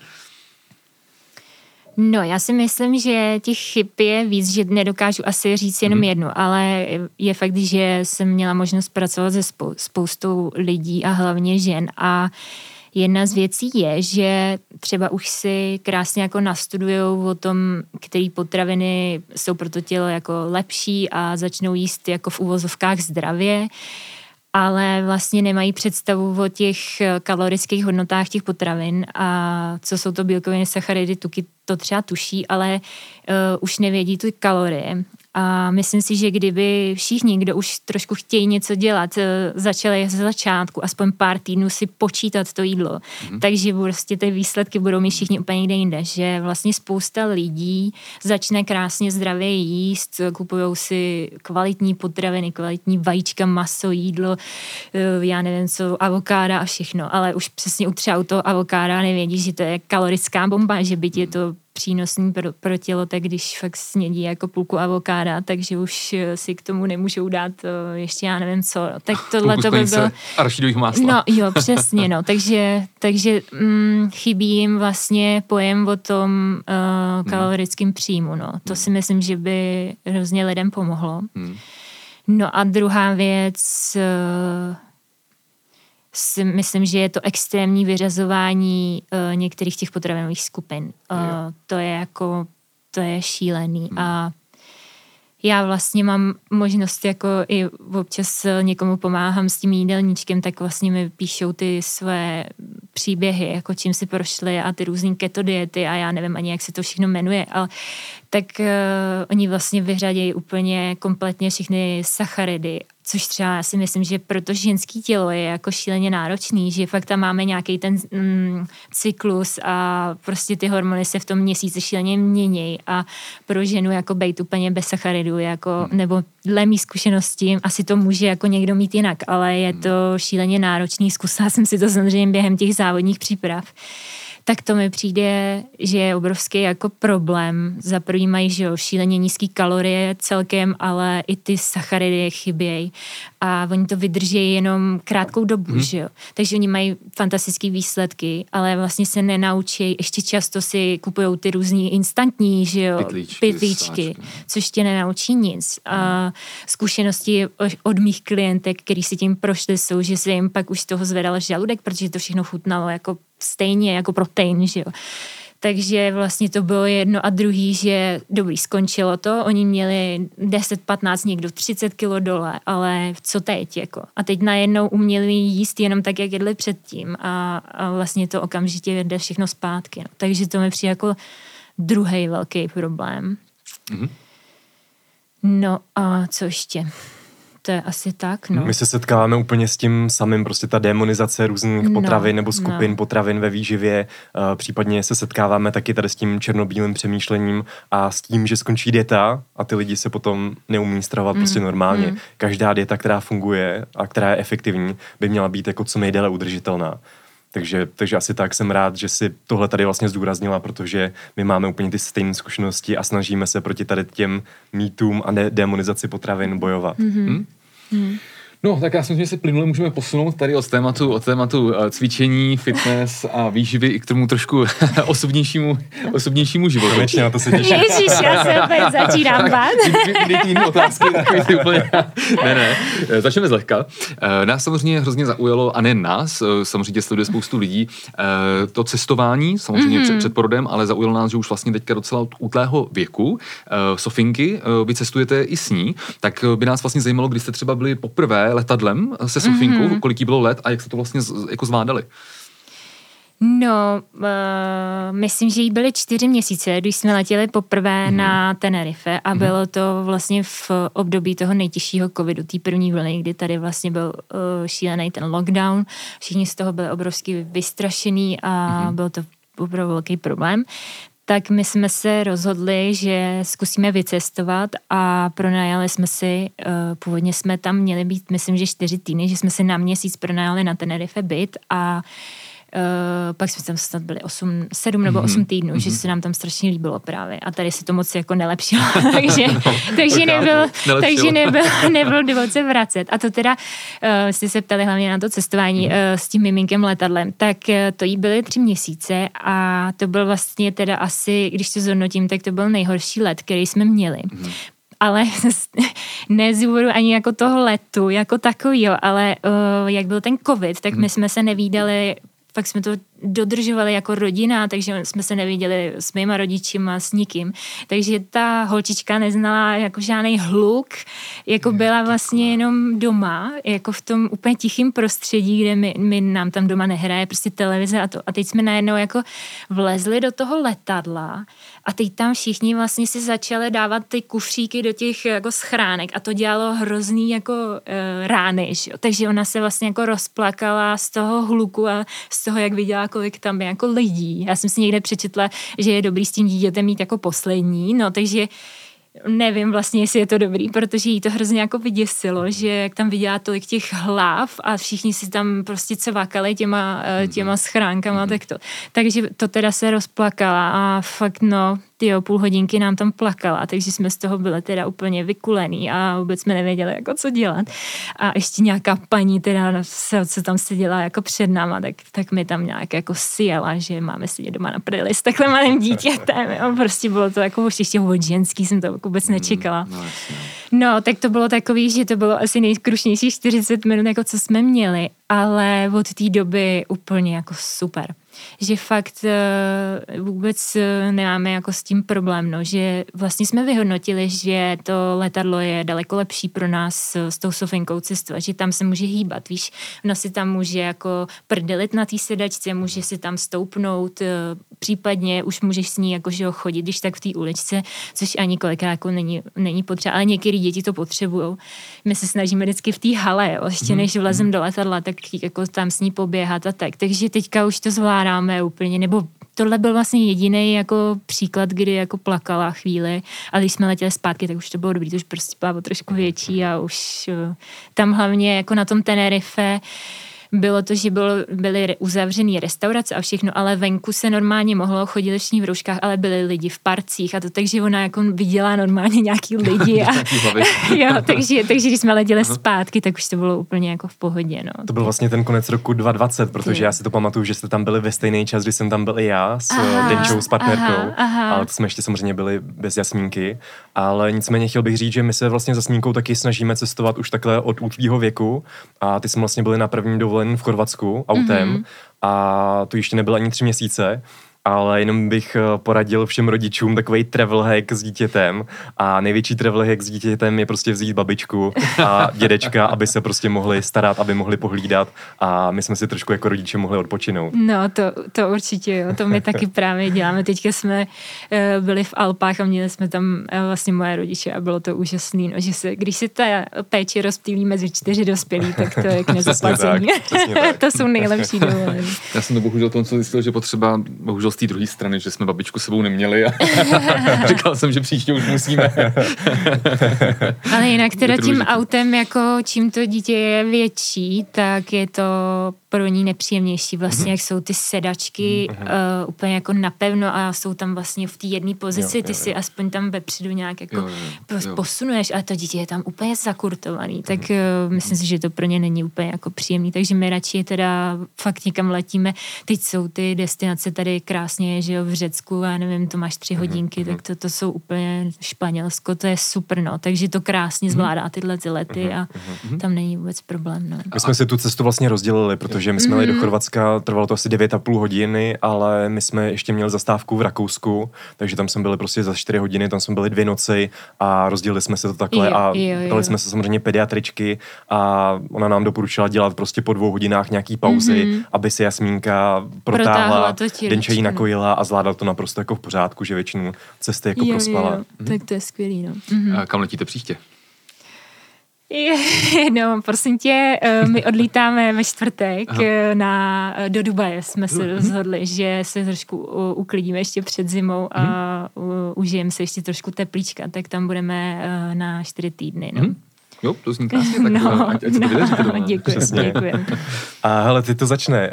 No, já si myslím, že těch chyb je víc, že nedokážu asi říct jenom jednu, ale je fakt, že jsem měla možnost pracovat se spoustou lidí a hlavně žen a jedna z věcí je, že třeba už si krásně jako nastudujou o tom, který potraviny jsou pro to tělo jako lepší a začnou jíst jako v uvozovkách zdravě, ale vlastně nemají představu o těch kalorických hodnotách těch potravin a co jsou to bílkoviny, sacharidy, tuky, to třeba tuší, ale už nevědí ty kalorie. A myslím si, že kdyby všichni, kdo už trošku chtějí něco dělat, začali ze začátku aspoň pár týdnů si počítat to jídlo, takže prostě ty výsledky budou mít všichni úplně někde jinde, že vlastně spousta lidí začne krásně zdravě jíst, kupujou si kvalitní potraviny, kvalitní vajíčka, maso, jídlo, já nevím co, avokáda a všechno, ale už přesně třeba u toho avokáda nevědí, že to je kalorická bomba, že byť je to přínosný pro tělo, tak když fakt snědí jako půlku avokáda, takže už si k tomu nemůžou dát ještě já nevím co. Tak tohle to by bylo... arašidových másla. No jo, přesně, no. Takže chybí jim vlastně pojem o tom kalorickém příjmu, no. To si myslím, že by hrozně lidem pomohlo. No a druhá věc... myslím, že je to extrémní vyřazování některých těch potravinových skupin. To je šílený. A já vlastně mám možnost jako i občas někomu pomáhám s tím jídelníčkem, tak vlastně mi píšou ty své příběhy, jako čím si prošli a ty různý keto diety a já nevím ani, jak se to všechno jmenuje, ale tak oni vlastně vyřadějí úplně kompletně všechny sacharidy, což třeba já si myslím, že pro to ženský tělo je jako šíleně náročný, že fakt tam máme nějaký ten cyklus a prostě ty hormony se v tom měsíci šíleně mění a pro ženu jako bejt úplně bez sacharidů, jako, nebo dle mý zkušenosti, asi to může jako někdo mít jinak, ale je to šíleně náročný, zkusila jsem si to samozřejmě během těch závodních příprav. Tak to mi přijde, že je obrovský jako problém. Za první mají, že jo, šíleně nízký kalorie celkem, ale i ty sacharidy chybějí. A oni to vydrží jenom krátkou dobu, že jo. Takže oni mají fantastické výsledky, ale vlastně se nenaučí, ještě často si kupujou ty různý instantní, že jo, pytlíčky, což tě nenaučí nic. A zkušenosti od mých klientek, který si tím prošli, jsou, že se jim pak už z toho zvedal žaludek, protože to všechno chutnalo jako stejně jako protein, že jo. Takže vlastně to bylo jedno a druhý, že dobrý, skončilo to, oni měli 10-15, někdo 30 kilo dole, ale co teď, jako. A teď najednou uměli jíst jenom tak, jak jedli předtím a vlastně to okamžitě jde všechno zpátky. No. Takže to mi přijde jako druhý velký problém. No a co ještě? To je asi tak, no. My se setkáváme úplně s tím samým, prostě ta demonizace různých potravin nebo skupin potravin ve výživě, případně se setkáváme taky tady s tím černobílým přemýšlením a s tím, že skončí dieta a ty lidi se potom neumí stravovat prostě normálně. Každá dieta, která funguje a která je efektivní, by měla být jako co nejdéle udržitelná. Takže asi tak jsem rád, že si tohle tady vlastně zdůraznila, protože my máme úplně ty stejné zkušenosti a snažíme se proti tady těm mýtům a demonizaci potravin bojovat. No, tak já si myslím, že se plynule můžeme posunout tady od tématu cvičení, fitness a výživy i k tomu trošku osobnějšímu životu. Konečně na to se těším. Ježiš, já se opět začínám bát. Jiný otázky, takový ty úplně... Ne, začneme zlehka. Nás samozřejmě hrozně zaujalo, a ne nás, samozřejmě sleduje spoustu lidí, to cestování, samozřejmě před porodem, ale zaujalo nás, že už vlastně teďka docela od útlého věku. Sofinky, vy cestujete i s ní, tak by nás vlastně zajímalo, kdy jste třeba byli poprvé letadlem se Sofinkou, kolik jí bylo let a jak se to vlastně jako zvládali? No, myslím, že jí byly 4 měsíce, když jsme letěli poprvé na Tenerife a bylo to vlastně v období toho nejtěžšího covidu, té první vlny, kdy tady vlastně byl šílený ten lockdown, všichni z toho byli obrovsky vystrašený a byl to opravdu velký problém. Tak my jsme se rozhodli, že zkusíme vycestovat a pronajali jsme si, původně jsme tam měli být, myslím, že 4 týdny, že jsme si na měsíc pronajali na Tenerife byt a pak jsme tam snad byli 7 nebo 8 týdnů, že se nám tam strašně líbilo právě a tady se to moc jako nelepšilo, takže nebyl důvod se vracet. A to teda, jste se ptali hlavně na to cestování s tím miminkem letadlem, tak to jí byly 3 měsíce a to byl vlastně teda asi, když to zhodnotím, tak to byl nejhorší let, který jsme měli. Ale ne z důvodu ani jako toho letu, jako takovýho, ale jak byl ten covid, tak my jsme se nevídali, fakt jsme to dodržovali jako rodina, takže jsme se neviděli s mýma rodičima, s nikým. Takže ta holčička neznala jako žádný hluk, jako byla vlastně jenom doma, jako v tom úplně tichým prostředí, kde my nám tam doma nehraje prostě televize a to. A teď jsme najednou jako vlezli do toho letadla a teď tam všichni vlastně si začali dávat ty kufříky do těch jako schránek a to dělalo hrozný jako rány, že? Takže ona se vlastně jako rozplakala z toho hluku a z toho, jak viděla, kolik tam je jako lidí. Já jsem si někde přečetla, že je dobrý s tím dítětem mít jako poslední, no takže nevím vlastně, jestli je to dobrý, protože jí to hrozně jako vyděsilo, že jak tam viděla tolik těch hlav a všichni si tam prostě cvakali těma schránkama, tak to. Takže to teda se rozplakala a fakt půl hodinky nám tam plakala, takže jsme z toho byli teda úplně vykulený a vůbec jsme nevěděli, jako co dělat. A ještě nějaká paní teda, co tam seděla jako před náma, tak mi tam nějak jako sjela, že máme sedět doma na prdeli s takhle malým dítětem. Jo. Prostě bylo to jako ještě od ženský, jsem to vůbec nečekala. No, tak to bylo takový, že to bylo asi nejkrušnějších 40 minut, jako co jsme měli, ale od té doby úplně jako super. že fakt vůbec nemáme jako s tím problém, no, že vlastně jsme vyhodnotili, že to letadlo je daleko lepší pro nás s tou sofinkou cestovat, že tam se může hýbat, víš, ona si tam může jako prdelit na té sedačce, může si tam stoupnout, případně už můžeš s ní jakože chodit, když tak v té uličce, což ani kolikrát jako není potřeba, ale některé děti to potřebujou. My se snažíme vždycky v té hale, jo, ještě než vlezem do letadla, tak jako tam s ní poběhat a tak. Takže teďka už to zvládáme úplně, nebo tohle byl vlastně jediný jako příklad, kdy jako plakala chvíli, ale když jsme letěli zpátky, tak už to bylo dobrý, to už prostě bylo trošku větší a už tam hlavně jako na tom Tenerife bylo to, že byly uzavřený restaurace a všechno, ale venku se normálně mohlo, chodili všichni v rouškách, ale byli lidi v parcích a to, takže ona jako viděla normálně nějaký lidi a jo, takže když jsme letěli zpátky, tak už to bylo úplně jako v pohodě, no. To byl vlastně ten konec roku 2020, protože já si to pamatuju, že jste tam byli ve stejný čas, kdy jsem tam byl i já s Denčou, s partnerkou, ale to jsme ještě samozřejmě byli bez Jasmínky, ale nicméně chtěl bych říct, že my se vlastně s Jasmínkou taky snažíme cestovat už takhle od útlýho věku a ty jsme vlastně byli na první dovolené v Chorvatsku autem a to ještě nebylo ani 3 měsíce, ale jenom bych poradil všem rodičům takovej travel hack s dítětem a největší travel hack s dítětem je prostě vzít babičku a dědečka, aby se prostě mohli starat, aby mohli pohlídat a my jsme si trošku jako rodiče mohli odpočinout. No to určitě, jo, to my taky právě děláme. Teďka jsme byli v Alpách a měli jsme tam vlastně moje rodiče a bylo to úžasný, no, že když se ta péče rozptýlí mezi 4 dospělí, tak to je k nezaplacení. To jsou nejlepší dovolené. Já jsem to bohužel tomu zjistil, že potřeba bohužel z té druhé strany, že jsme babičku sebou neměli a říkal jsem, že příště už musíme. Ale jinak teda tím autem, jako čím to dítě je větší, tak je to pro ní nepříjemnější vlastně, jak jsou ty sedačky úplně jako napevno a jsou tam vlastně v té jedné pozici, ty si aspoň tam vepředu nějak jako posunuješ, ale to dítě je tam úplně zakurtovaný, tak myslím si, že to pro ně není úplně jako příjemný, takže my radši teda fakt někam letíme. Teď jsou ty destinace tady krásně, že jo, v Řecku, já nevím, to máš 3 hodinky, tak to jsou úplně Španělsko, to je super, no, takže to krásně zvládá tyhle ty lety a tam není vůbec problém, no. My jsme si tu cestu vlastně rozdělili, protože my jsme jeli do Chorvatska, trvalo to asi 9,5 hodiny, ale my jsme ještě měli zastávku v Rakousku, takže tam jsme byli prostě za 4 hodiny, tam jsme byli 2 noci a rozdělili jsme se to takhle a dali jsme se samozřejmě pediatričky a ona nám doporučila dělat prostě po 2 hodinách nějaký pauzy, aby si Jasmínka protáhla, Denča jí nakojila a zvládala to naprosto jako v pořádku, že většinu cesty jako prospala. Tak to je skvělý, no. A kam letíte příště? No, prosím tě, my odlítáme ve čtvrtek do Dubaje. Jsme se rozhodli, že se trošku uklidíme ještě před zimou a užijeme se ještě trošku teplíčka, tak tam budeme na 4 týdny. No. Jo, to zní krásně, tak ať se to vydaří. Děkujem. A hele, ty to začne.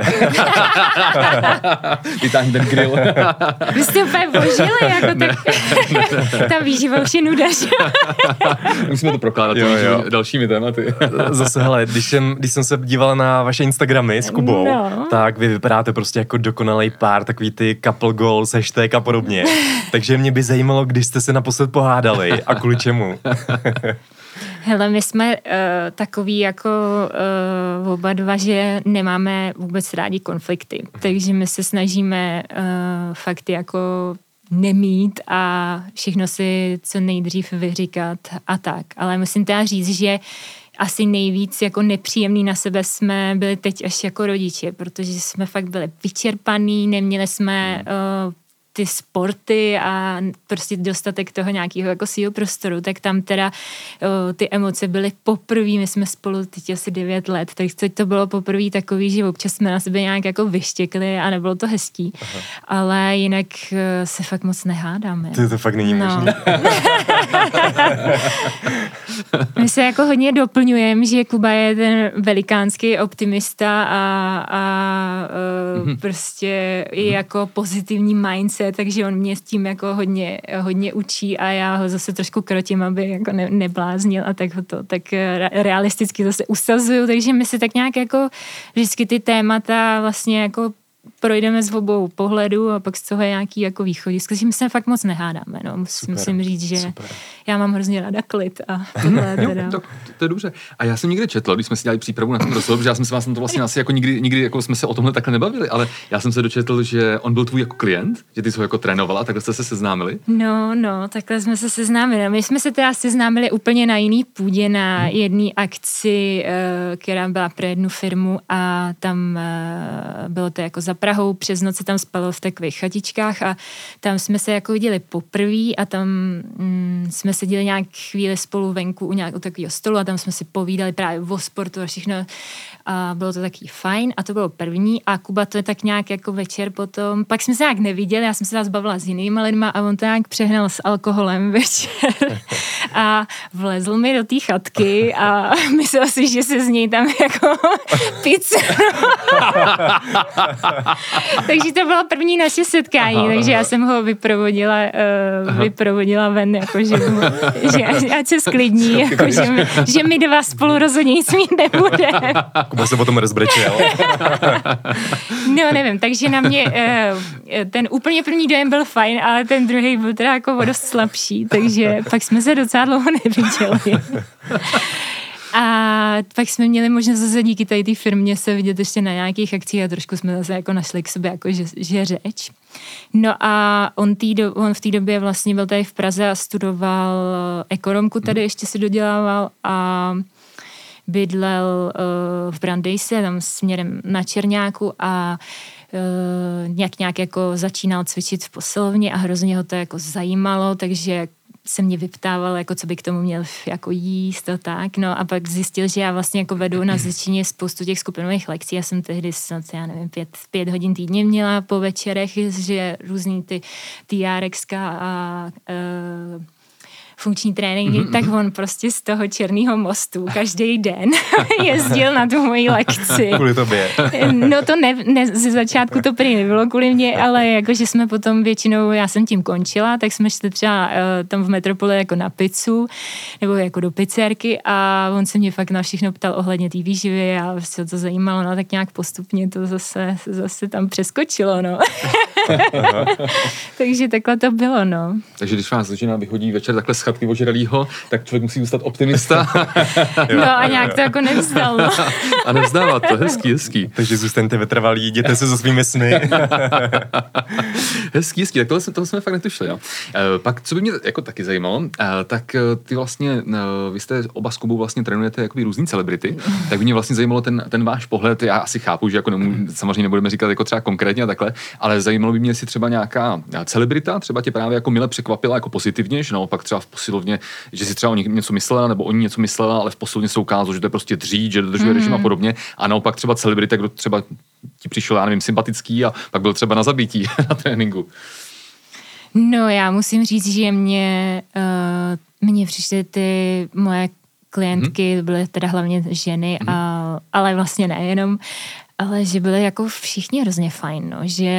Vytáhni ten grill. Vy jste úplně vožili, jako tak. Ta výživa už je nuda, že? Musíme to prokládat dalšími tématy. Zase, hele, když jsem se dívala na vaše Instagramy s Kubou, tak vy vypadáte prostě jako dokonalý pár, takový ty couple goals, hashtag a podobně. Takže mě by zajímalo, když jste se naposled pohádali a kvůli čemu. Hele, my jsme takový jako oba dva, že nemáme vůbec rádi konflikty, takže my se snažíme fakt jako nemít a všechno si co nejdřív vyříkat a tak. Ale musím teda říct, že asi nejvíc jako nepříjemný na sebe jsme byli teď až jako rodiče, protože jsme fakt byli vyčerpaný, neměli jsme ty sporty a prostě dostatek toho nějakého jako svýho prostoru, tak tam teda ty emoce byly poprvé, my jsme spolu teď asi 9 let, tak to bylo poprvé takový, že občas jsme na sebe nějak jako vyštěkli a nebylo to hezký, ale jinak se fakt moc nehádáme. To fakt není možný. My se jako hodně doplňujeme, že Kuba je ten velikánský optimista a prostě je jako pozitivní mindset, takže on mě s tím jako hodně učí a já ho zase trošku krotím, aby jako nebláznil a tak realisticky zase usazuju, takže my si tak nějak jako vždycky ty témata vlastně jako projdeme z obou pohledů a pak z toho je nějaký jako východisko, že my se fakt moc nehádáme, no. Musím říct, že já mám hrozně ráda klid a tohle teda. To je dobře. A já jsem někde četl, když jsme si dělali přípravu na ten rozhovor, že já jsem se vás na to vlastně asi jako nikdy jako jsme se o tomhle takhle nebavili, ale já jsem se dočetl, že on byl tvůj jako klient, že ty jsi ho jako trénovala, takhle jste se seznámili. No, takhle jsme se seznámili. My jsme se teda seznámili úplně na jiný půdě, na jedné akci, která byla pro jednu firmu a tam bylo to jako za Prahou, přes noc se tam spalo v takových chatičkách a tam jsme se jako viděli poprvé a tam jsme seděli nějak chvíli spolu venku u takového stolu a tam jsme si povídali právě o sportu a všechno a bylo to taky fajn a to bylo první a Kuba to je tak nějak jako večer potom, pak jsme se nějak neviděli, já jsem se vás bavila s jinýma lidma a on to nějak přehnal s alkoholem večer a vlezl mi do té chatky a myslel si, že se z něj tam jako pizza. Takže to bylo první naše setkání, takže já jsem ho vyprovodila ven, jako že ať se sklidní, jako že my dva spolu rozhodně nic mít nebude. Kuba se potom rozbrečel. No, nevím, takže na mě ten úplně první dojem byl fajn, ale ten druhý byl teda jako dost slabší, takže pak jsme se docela dlouho neviděli. A pak jsme měli možnost zase díky tady té firmě se vidět ještě na nějakých akcích a trošku jsme zase jako našli k sobě jako že řeč. No a on v té době vlastně byl tady v Praze a studoval ekonomku, tady ještě si dodělával a bydlel v Brandejse, tam směrem na Černáku a nějak jako začínal cvičit v posilovně a hrozně ho to jako zajímalo, takže se mě vyptával, jako co by k tomu měl jako jíst a tak. No a pak zjistil, že já vlastně jako vedu na Zečíně spoustu těch skupinových lekcí. Já jsem tehdy, já nevím, 5 hodin týdně měla po večerech, že různý ty TRX-ka a funkční tréninky, tak on prostě z toho Černého mostu každý den jezdil na tu moji lekci. Kvůli tobě. No to ze začátku to prý nebylo kvůli mě, ale jakože jsme potom většinou, já jsem tím končila, tak jsme šli třeba tam v Metropole jako na pizzu, nebo jako do pizzerky a on se mě fakt na všechno ptal ohledně té výživy a se to zajímalo, no tak nějak postupně to zase tam přeskočilo, no. Takže takhle to bylo, no. Takže když vás začíná vyhodí večer takhle z chatky ožralýho, tak člověk musí zůstat optimista. No a nějak to jako nevzdal. A nevzdávat to, hezký. Takže zůstaňte vytrvalí, jděte se so svými sny. Hezký, tak tohle jsme fakt netušili, jo. Pak, co by mě jako taky zajímalo, tak ty vlastně, vy jste oba s Kubou vlastně trénujete jakoby různý celebrity, tak by mě vlastně zajímalo ten váš pohled, já asi chápu, že jako samozřejmě nebudeme říkat jako třeba konkrétně a takhle, ale zajímalo by mě, jestli třeba nějaká celebrita třeba tě právě jako mile překvapila jako pozitivně, že naopak třeba v posilovně, že si třeba o nich něco myslela, nebo oni něco myslela, ale v posilovně se ukázalo, že to je prostě dřít, že dodržuje režim a podobně. A naopak třeba celebrita, kdo třeba ti přišel, já nevím, sympatický a pak byl třeba na zabití na tréninku. No já musím říct, že mě přišly ty moje klientky, byly teda hlavně ženy, ale vlastně nejenom, ale že byly jako všichni hrozně fajn, no, že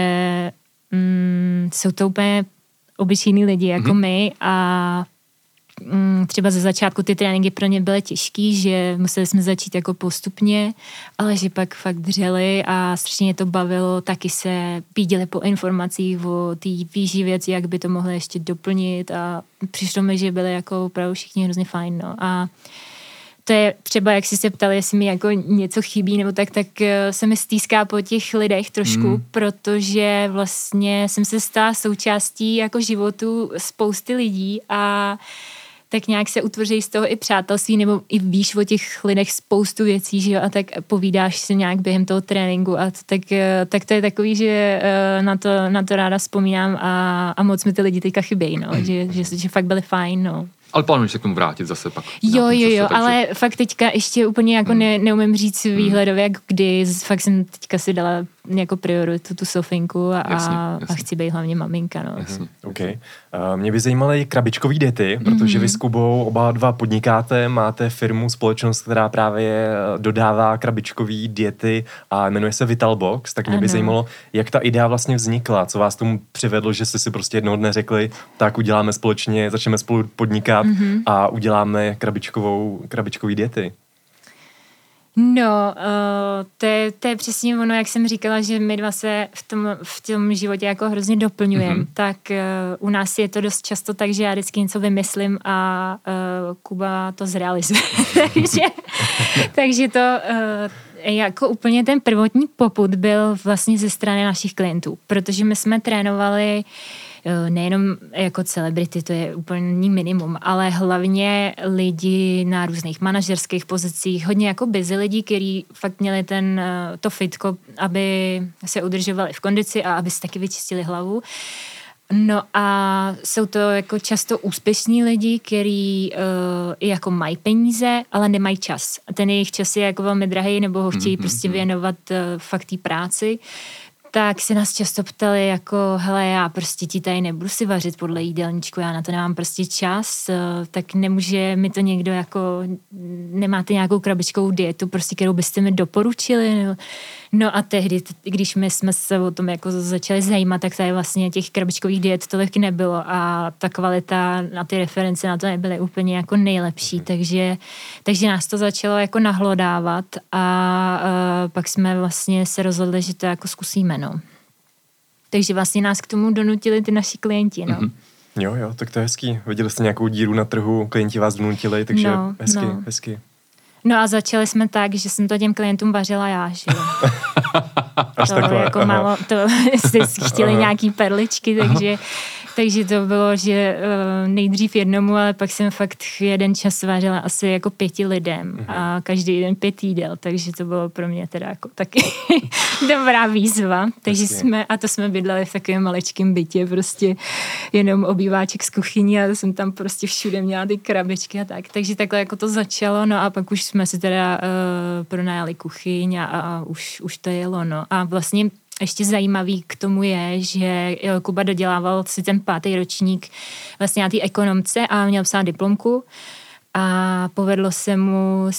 jsou to úplně obyčejní lidi jako my a třeba ze začátku ty tréninky pro ně byly těžký, že museli jsme začít jako postupně, ale že pak fakt dřeli a strašně to bavilo, taky se pídili po informacích o té výživě, jak by to mohli ještě doplnit a přišlo mi, že byli jako opravdu všichni hrozně fajn, no. A to je třeba, jak jsi se ptali, jestli mi jako něco chybí, nebo tak se mi stýská po těch lidech trošku, protože vlastně jsem se stala součástí jako životu spousty lidí a tak nějak se utvoří z toho i přátelství, nebo i víš o těch lidech spoustu věcí, že jo, a tak povídáš si nějak během toho tréninku a tak to je takový, že na to ráda vzpomínám a moc mi ty lidi teďka chybějí, no, že fakt byli fajn, no. Ale plánuješ se k tomu vrátit zase pak? Jo, takže... ale fakt teďka ještě úplně jako neumím říct výhledově, jak kdy, fakt jsem teďka si dala jako prioritu tu Sofinku a chci být hlavně maminka, no. Jasně. Okay. Mě by zajímaly krabičkový diety, protože vy s Kubou oba dva podnikáte, máte firmu, společnost, která právě dodává krabičkový diety a jmenuje se Vitalbox, tak mě by zajímalo, jak ta idea vlastně vznikla, co vás tomu přivedlo, že jste si prostě jednoho dne řekli, tak uděláme společně, začneme spolu podnikat a uděláme krabičkový diety. No, to je přesně ono, jak jsem říkala, že my dva se v tom životě jako hrozně doplňujeme, tak u nás je to dost často tak, že já vždycky něco vymyslím a Kuba to zrealizuje. takže to jako úplně ten prvotní popud byl vlastně ze strany našich klientů, protože my jsme trénovali nejenom jako celebrity, to je úplně minimum, ale hlavně lidi na různých manažerských pozicích, hodně jako busy lidi, kteří fakt měli to fitko, aby se udržovali v kondici a aby si taky vyčistili hlavu. No a jsou to jako často úspěšní lidi, kteří jako mají peníze, ale nemají čas. A ten jejich čas je jako velmi drahý, nebo ho chtějí prostě věnovat fakt té práci. Tak se nás často ptali jako, hele, já prostě ti tady nebudu si vařit podle jídelníčku, já na to nemám prostě čas, tak nemůže mi to někdo jako, nemáte nějakou krabičkovou dietu, prostě, kterou byste mi doporučili. No a tehdy, když my jsme se o tom jako začali zajímat, tak tady vlastně těch krabičkových diet tolik nebylo a ta kvalita na ty reference na to nebyly úplně jako nejlepší, takže nás to začalo jako nahlodávat a pak jsme vlastně se rozhodli, že to jako zkusíme, no. Takže vlastně nás k tomu donutili ty naši klienti, no. Jo, tak to je hezký. Viděli jste nějakou díru na trhu, klienti vás donutili, takže hezky. No a začali jsme tak, že jsem to těm klientům vařila já, že jo. Až takhle. Jako málo, to jste chtěli nějaký perličky, takže to bylo, že nejdřív jednomu, ale pak jsem fakt jeden čas vařila asi jako 5 lidem a každý den 5 jídel, takže to bylo pro mě teda jako taky dobrá výzva. Takže jsme bydleli v takovém maličkém bytě, prostě jenom obýváček z kuchyní a jsem tam prostě všude měla ty krabičky a tak. Takže takhle jako to začalo, no a pak už jsme si teda pronajali kuchyň a už to jelo, no. A vlastně ještě zajímavý k tomu je, že Kuba dodělával si ten 5. ročník vlastně na té ekonomce a měl psát diplomku a povedlo se mu,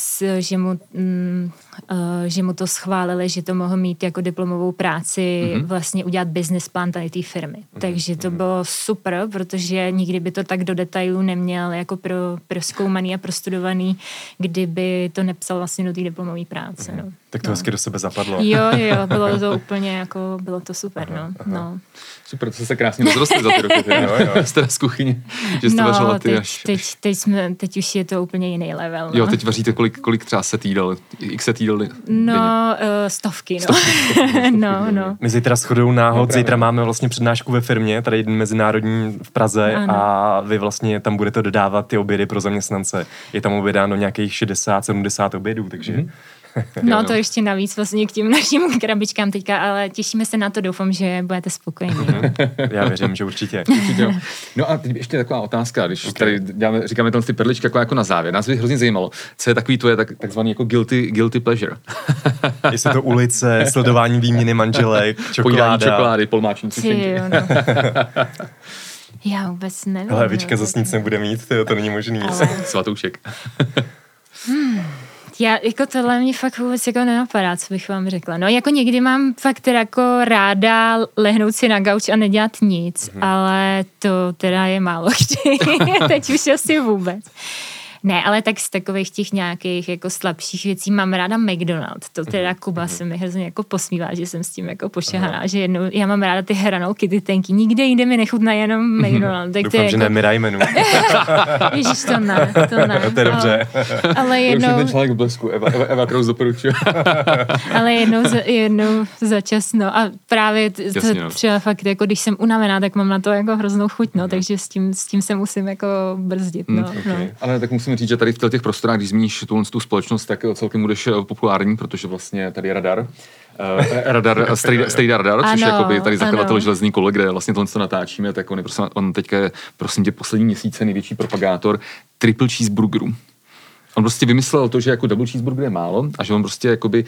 že mu to schválili, že to mohl mít jako diplomovou práci, vlastně udělat business plán tady té firmy. Takže to bylo super, protože nikdy by to tak do detailů neměl jako prozkoumaný a prostudovaný, kdyby to nepsal vlastně do té diplomové práce. No. Tak to hezky do sebe zapadlo. Jo, bylo to úplně jako, bylo to super, no. Super, to se krásně rozrostli za ty roky, jste z kuchyně, že jste vařila ty teď už je to úplně jiný level. Jo, teď vaříte kolik třeba set jídel, x set jídel denně? No, stovky. No. My zítra shodou náhod, zítra máme vlastně přednášku ve firmě, tady mezinárodní v Praze a vy vlastně tam budete dodávat ty obědy pro zaměstnance. Je tam obědáno nějakých 60-70 obědů, takže... No to ještě navíc vlastně k těm našim krabičkám teďka, ale těšíme se na to, doufám, že budete spokojení. Já věřím, že určitě. No a teď ještě taková otázka, když tady říkáme tam ty perličky jako na závěr. Nás by hrozně zajímalo, co je takový tvoje takzvaný jako guilty pleasure. Jestli to ulice, sledování výměny manželek, čokolády, polmáčení sušenky. Já vůbec nevím. Ale Vička zase nic nebude mít, to není možný. Svatoušek. Já jako tohle mě fakt vůbec jako nenapadá, co bych vám řekla. No jako někdy mám fakt teda jako ráda lehnout si na gauč a nedělat nic, ale to teda je málo kdy. Teď už asi vůbec. Ne, ale tak z takových těch nějakých jako slabších věcí mám ráda McDonald's. To teda Kuba se mi hrozně jako posmívá, že jsem s tím jako pošahaná, že jednou, já mám ráda ty hranolky, ty tenky. Nikde jinde mi nechutná jenom McDonald's. Tak doufám, že jako... nemiraj jménu. Ježiš, to ne. To je dobře. Ale jednou... Ten člověk v blesku, Eva Kraus doporučuje. Ale jednou za čas, no. A právě třeba fakt, jako když jsem unavená, tak mám na to jako hroznou chuť, no. Takže s tím se musím jako brzdit, no. Okay. Ale tak musím říct, že tady v těch prostorách, když zmíníš tu společnost, tak celkem budeš populární, protože vlastně tady je Radar. Strejda Radar, což je jakoby tady zakladatel železný kole, kde vlastně tohle natáčíme, tak on teďka je, prosím tě, poslední měsíce největší propagátor triple cheeseburgerů. On prostě vymyslel to, že jako double cheeseburger je málo a že on prostě jakoby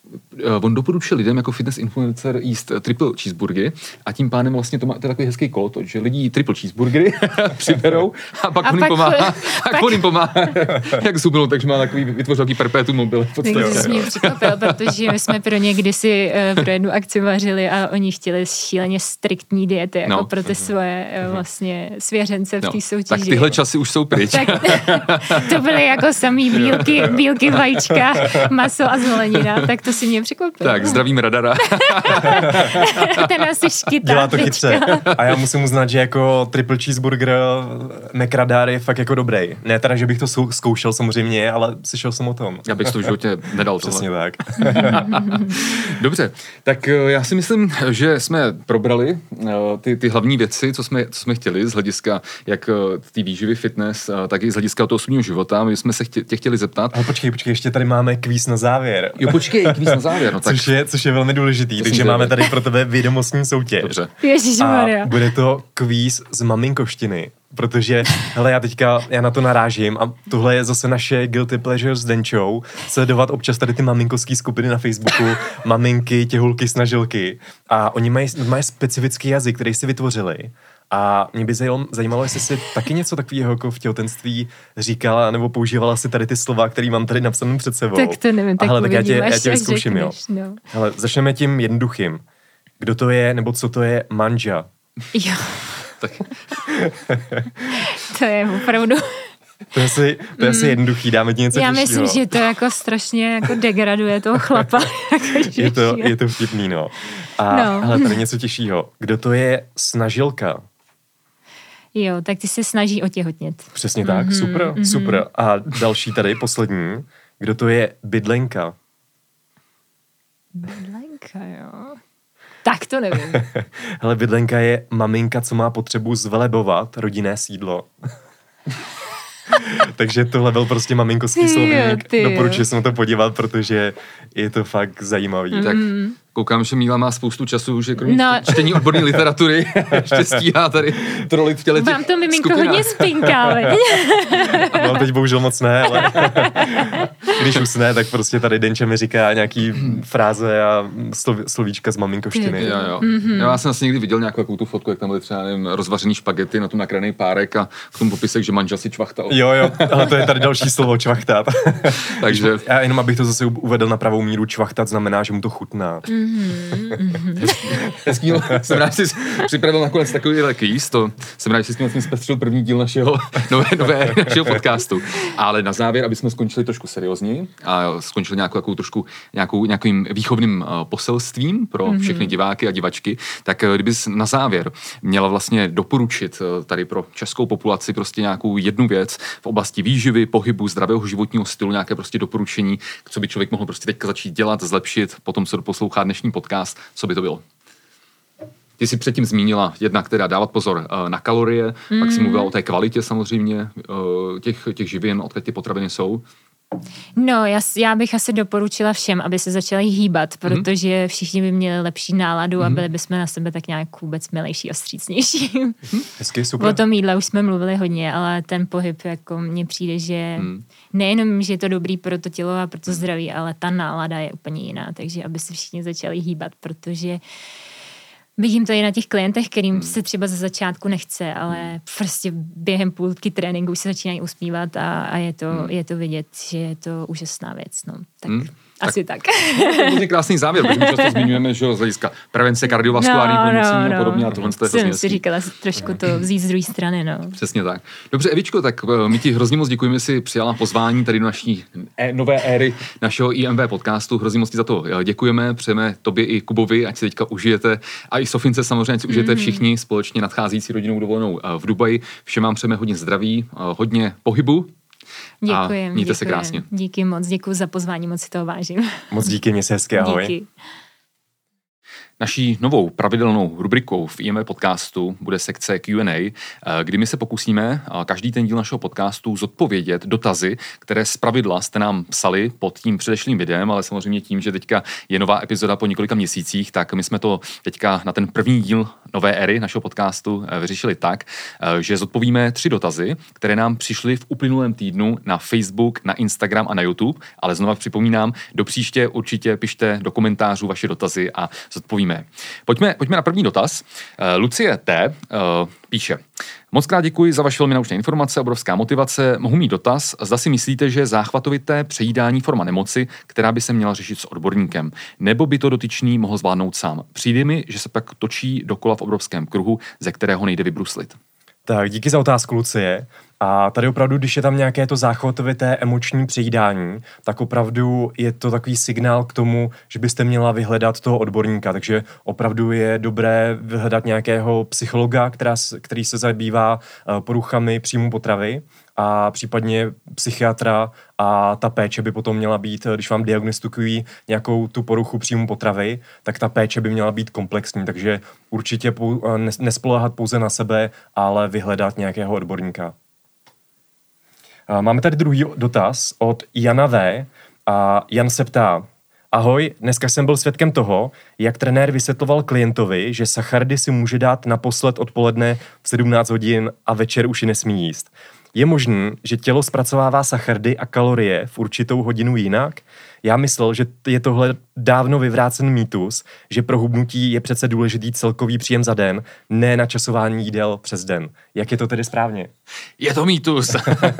on doporučil lidem jako fitness influencer jíst triple cheeseburgery a tím pádem vlastně to je takový hezký kolotoč, že lidi jí triple cheeseburgery přiberou a pak on jim pomáhá jak zubnout, takže má takový, vytvořil takový perpetuum mobile v podstatě. Takže jsi mě překvapil, protože my jsme pro ně kdysi pro jednu akci vařili a oni chtěli šíleně striktní diety jako pro ty svoje vlastně svěřence v té soutěži. Tak tyhle časy už jsou pryč. Tak to byly jako samý bílky, vajíčka, maso a zelenina, tak to si mě překvapilo. Tak, zdravím Radara. Ten asi škytá. Dělá to chytře. A já musím uznat, že jako triple cheeseburger McRadar je fakt jako dobrý. Ne teda, že bych to zkoušel samozřejmě, ale slyšel jsem o tom. Já bych to v životě nedal. Přesně tohle. tak. Dobře, tak já si myslím, že jsme probrali ty hlavní věci, co jsme chtěli z hlediska jak té výživy, fitness, tak i z hlediska toho osobního života. My jsme se tě chtěli zeptat. Ale počkej, ještě tady máme kvíz na závěr. Jo, počkej, kvíz na závěr. No, tak... což je velmi důležitý, takže máme tady pro tebe vědomostní soutěž. Dobře. Ježišmarja. A bude to kvíz z maminkoštiny. Protože, hele, já na to narážím a tohle je zase naše guilty pleasure s Denčou, sledovat občas tady ty maminkovský skupiny na Facebooku, maminky, těhulky, snažilky a oni mají specifický jazyk, který si vytvořili. A mě by zajímalo, jestli si taky něco takového jako v těhotenství říkala nebo používala si tady ty slova, který mám tady napsané před sebou. Tak to nevím, tak tak já tě vyzkouším, řekneš, jo. No. Hele, začneme tím jednoduchým. Kdo to je, nebo co to je manja? Jo. Tak. To je opravdu... To je asi jednoduchý, dáme ti něco Já těžšího. myslím, že to jako strašně jako degraduje toho chlapa. je to vtipný, no. A hele, tady něco těžšího. Kdo to je snažilka? Jo, tak ty se snaží otěhotnět. Přesně tak, super. A další tady, poslední. Kdo to je bydlenka? Bydlenka, jo. Tak to nevím. Hele, bydlenka je maminka, co má potřebu zvelebovat rodinné sídlo. Takže tohle byl prostě maminkovský slovník. Doporučuji se na to podívat, protože je to fakt zajímavý. Tak koukám, že Míla má spoustu času, že kromě čtení odborné literatury ještě stíhá tady trolit v těle těch vám to miminko skupinách. hodně spinká, No, teď bohužel moc ne, ale když usne, tak prostě tady Denča mi říká nějaký fráze a slovíčka z maminkovštiny. Jo. Já jsem asi někdy viděl nějakou takovou tu fotku, jak tam byly třeba rozvařený špagety, na tom nakraný párek a v tom popisek, že manžel si čvachtal. Jo, ale to je tady další slovo, čvachtat. Takže... Já jenom, abych to zase uvedl na pravou míru, čvachtat znamená, že mu to chutná. Hezký, jsem rád, že jsi připravil nakonec takový kvíz, to jsem rád, že jsi vlastně zpestřil první díl našeho našeho podcastu. Ale na závěr, aby jsme skončili trošku seriózní a skončili nějakým výchovným poselstvím pro všechny diváky a divačky, tak kdybys na závěr měla vlastně doporučit tady pro českou populaci prostě nějakou jednu věc v oblasti výživy, pohybu, zdravého životního stylu, nějaké prostě doporučení, co by člověk mohl prostě teďka začít dělat, zlepšit, potom co poslouchá dnešní podcast, co by to bylo? Ty jsi předtím zmínila jednak teda dávat pozor na kalorie, pak si mluvila o té kvalitě samozřejmě těch živin, odkud ty potraviny jsou. No, já bych asi doporučila všem, aby se začali hýbat, protože všichni by měli lepší náladu a byli bychom na sebe tak nějak vůbec milejší a vstřícnější. Hezky, super. O tom jídle už jsme mluvili hodně, ale ten pohyb, jako mně přijde, že nejenom, že je to dobrý pro to tělo a pro to zdraví, ale ta nálada je úplně jiná, takže aby se všichni začali hýbat, protože vidím to i na těch klientech, kterým se třeba ze začátku nechce, ale prostě během půlky tréninku už se začínají usmívat a je to vidět, že je to úžasná věc. No. Tak asi tak. To je krásný závěr, protože my často zmiňujeme, že z hlediska prevence kardiovaskulárních onemocnění a podobně a tohle je hrozně jsem si říkala trošku to vzít z druhé strany. No. Přesně tak. Dobře, Evičko, tak my ti hrozně moc děkujeme, že jsi přijala pozvání tady do naší nové éry našeho IMV podcastu. Hrozně moc ti za to děkujeme, přejeme tobě i Kubovi, ať si teďka užijete a i Sofince samozřejmě, ať si užijete všichni společně nadcházející rodinnou dovolenou v Dubaji. Všem vám přejeme hodně zdraví, hodně pohybu. Děkujem. Mějte se krásně. Díky moc, děkuji za pozvání, moc si toho vážím. Moc díky, měj se hezky, ahoj. Díky. Naší novou pravidelnou rubrikou v IMV podcastu bude sekce Q&A, kdy my se pokusíme každý ten díl našeho podcastu zodpovědět dotazy, které zpravidla jste nám psali pod tím předešlým videem, ale samozřejmě tím, že teďka je nová epizoda po několika měsících, tak my jsme to teďka na ten první díl nové éry našeho podcastu vyřešili tak, že zodpovíme 3 dotazy, které nám přišly v uplynulém týdnu na Facebook, na Instagram a na YouTube, ale znova připomínám, do příště určitě pište do komentářů vaše dotazy a zodpovíme. Pojďme na první dotaz. Lucie T. píše: Moc krát děkuji za vaše velmi naučné informace, obrovská motivace. Mohu mít dotaz, zda si myslíte, že záchvatovité přejídání forma nemoci, která by se měla řešit s odborníkem, nebo by to dotyčný mohl zvládnout sám. Přijde mi, že se pak točí dokola v obrovském kruhu, ze kterého nejde vybruslit. Tak, díky za otázku, Lucie. A tady opravdu, když je tam nějaké to záchvatovité emoční přejídání, tak opravdu je to takový signál k tomu, že byste měla vyhledat toho odborníka. Takže opravdu je dobré vyhledat nějakého psychologa, který se zabývá poruchami příjmu potravy, a případně psychiatra, a ta péče by potom měla být, když vám diagnostikují nějakou tu poruchu příjmu potravy, tak ta péče by měla být komplexní, takže určitě nespoléhat pouze na sebe, ale vyhledat nějakého odborníka. Máme tady druhý dotaz od Jana V. A Jan se ptá: Ahoj, dneska jsem byl svědkem toho, jak trenér vysvětloval klientovi, že sacharidy si může dát naposled odpoledne v 17 hodin a večer už je nesmí jíst. Je možné, že tělo zpracovává sacharidy a kalorie v určitou hodinu jinak? Já myslel, že je tohle dávno vyvrácený mýtus, že pro hubnutí je přece důležitý celkový příjem za den, ne načasování jídel přes den. Jak je to tedy správně? Je to mýtus.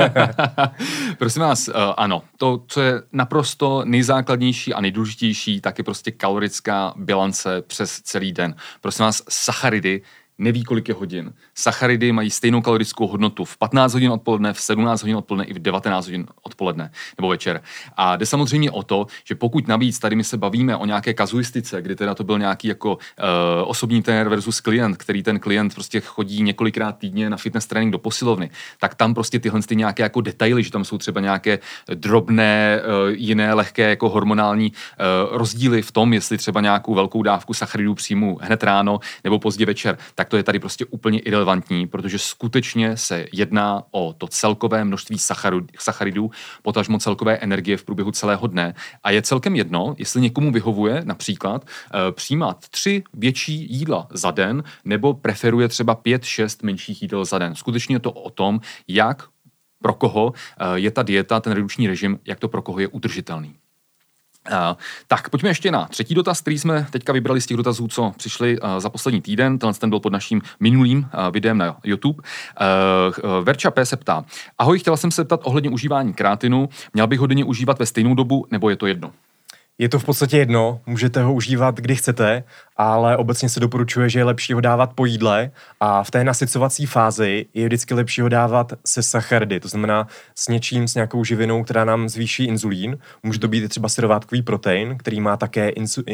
Prosím vás, ano. To, co je naprosto nejzákladnější a nejdůležitější, tak je prostě kalorická bilance přes celý den. Prosím vás, sacharidy neví, kolik je hodin. Sacharidy mají stejnou kalorickou hodnotu v 15 hodin odpoledne, v 17 hodin odpoledne i v 19 hodin odpoledne nebo večer. A jde samozřejmě o to, že pokud navíc tady my se bavíme o nějaké kazuistice, kdy teda to byl nějaký jako osobní trenér versus klient, který ten klient prostě chodí několikrát týdně na fitness trénink do posilovny, tak tam prostě tyhle nějaké jako detaily, že tam jsou třeba nějaké drobné, jiné lehké jako hormonální rozdíly v tom, jestli třeba nějakou velkou dávku sacharidů přijmu hned ráno nebo pozdě večer, tak to je tady prostě úplně irelevantní, protože skutečně se jedná o to celkové množství sacharidů, potažmo celkové energie v průběhu celého dne a je celkem jedno, jestli někomu vyhovuje například přijímat 3 větší jídla za den nebo preferuje třeba 5-6 menších jídel za den. Skutečně je to o tom, jak pro koho je ta dieta, ten redukční režim, jak to pro koho je udržitelný. Tak, pojďme ještě na třetí dotaz, který jsme teďka vybrali z těch dotazů, co přišli za poslední týden. Ten byl pod naším minulým videem na YouTube. Verča P. se ptá: Ahoj, chtěla jsem se ptat ohledně užívání kreatinu. Měl bych ho denně užívat ve stejnou dobu, nebo je to jedno? Je to v podstatě jedno, můžete ho užívat, kdy chcete, ale obecně se doporučuje, že je lepší ho dávat po jídle a v té nasycovací fázi je vždycky lepší ho dávat se sacharidy, to znamená s něčím, s nějakou živinou, která nám zvýší inzulín. Může to být třeba syrovátkový protein, který má také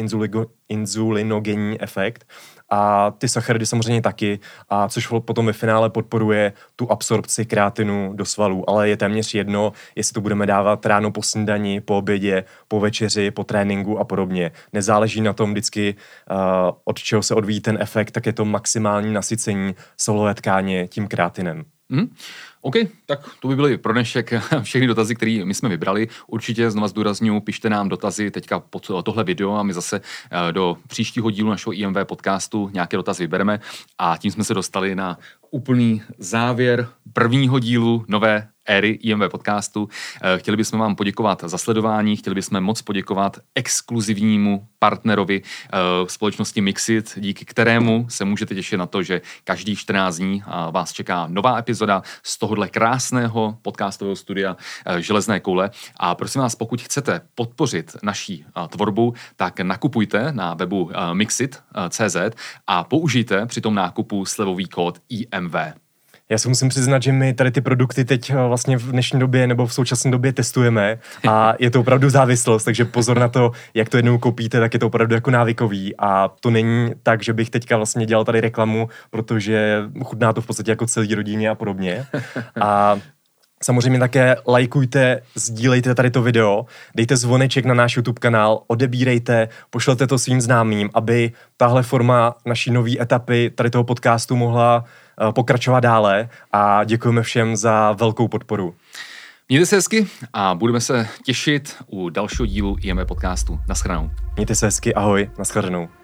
inzulinogenní efekt, a ty sacharidy samozřejmě taky, a což potom ve finále podporuje tu absorpci kreatinu do svalů, ale je téměř jedno, jestli to budeme dávat ráno po snídani, po obědě, po večeři, po tréninku a podobně. Nezáleží na tom vždycky, od čeho se odvíjí ten efekt, tak je to maximální nasycení svalové tkáně tím kreatinem. OK, tak to by byly pro dnešek všechny dotazy, které my jsme vybrali. Určitě znova zdůrazňuji, pište nám dotazy teďka pod tohle video a my zase do příštího dílu našeho IMV podcastu nějaké dotazy vybereme a tím jsme se dostali na úplný závěr prvního dílu nové éry IMV podcastu. Chtěli bychom vám poděkovat za sledování, chtěli bychom moc poděkovat exkluzivnímu partnerovi společnosti Mixit, díky kterému se můžete těšit na to, že každých 14 dní vás čeká nová epizoda z tohohle krásného podcastového studia Železné koule. A prosím vás, pokud chcete podpořit naší tvorbu, tak nakupujte na webu mixit.cz a použijte při tom nákupu slevový kód IMV. Já se musím přiznat, že my tady ty produkty teď vlastně v dnešní době nebo v současné době testujeme a je to opravdu závislost, takže pozor na to, jak to jednou koupíte, tak je to opravdu jako návykový a to není tak, že bych teďka vlastně dělal tady reklamu, protože chutná to v podstatě jako celý rodině a podobně. A samozřejmě také lajkujte, sdílejte tady to video, dejte zvoneček na náš YouTube kanál, odebírejte, pošlete to svým známým, aby tahle forma naší nové etapy tady toho podcastu mohla pokračovat dále a děkujeme všem za velkou podporu. Mějte se hezky a budeme se těšit u dalšího dílu IMV podcastu. Naschledanou. Mějte se hezky, ahoj, naschledanou.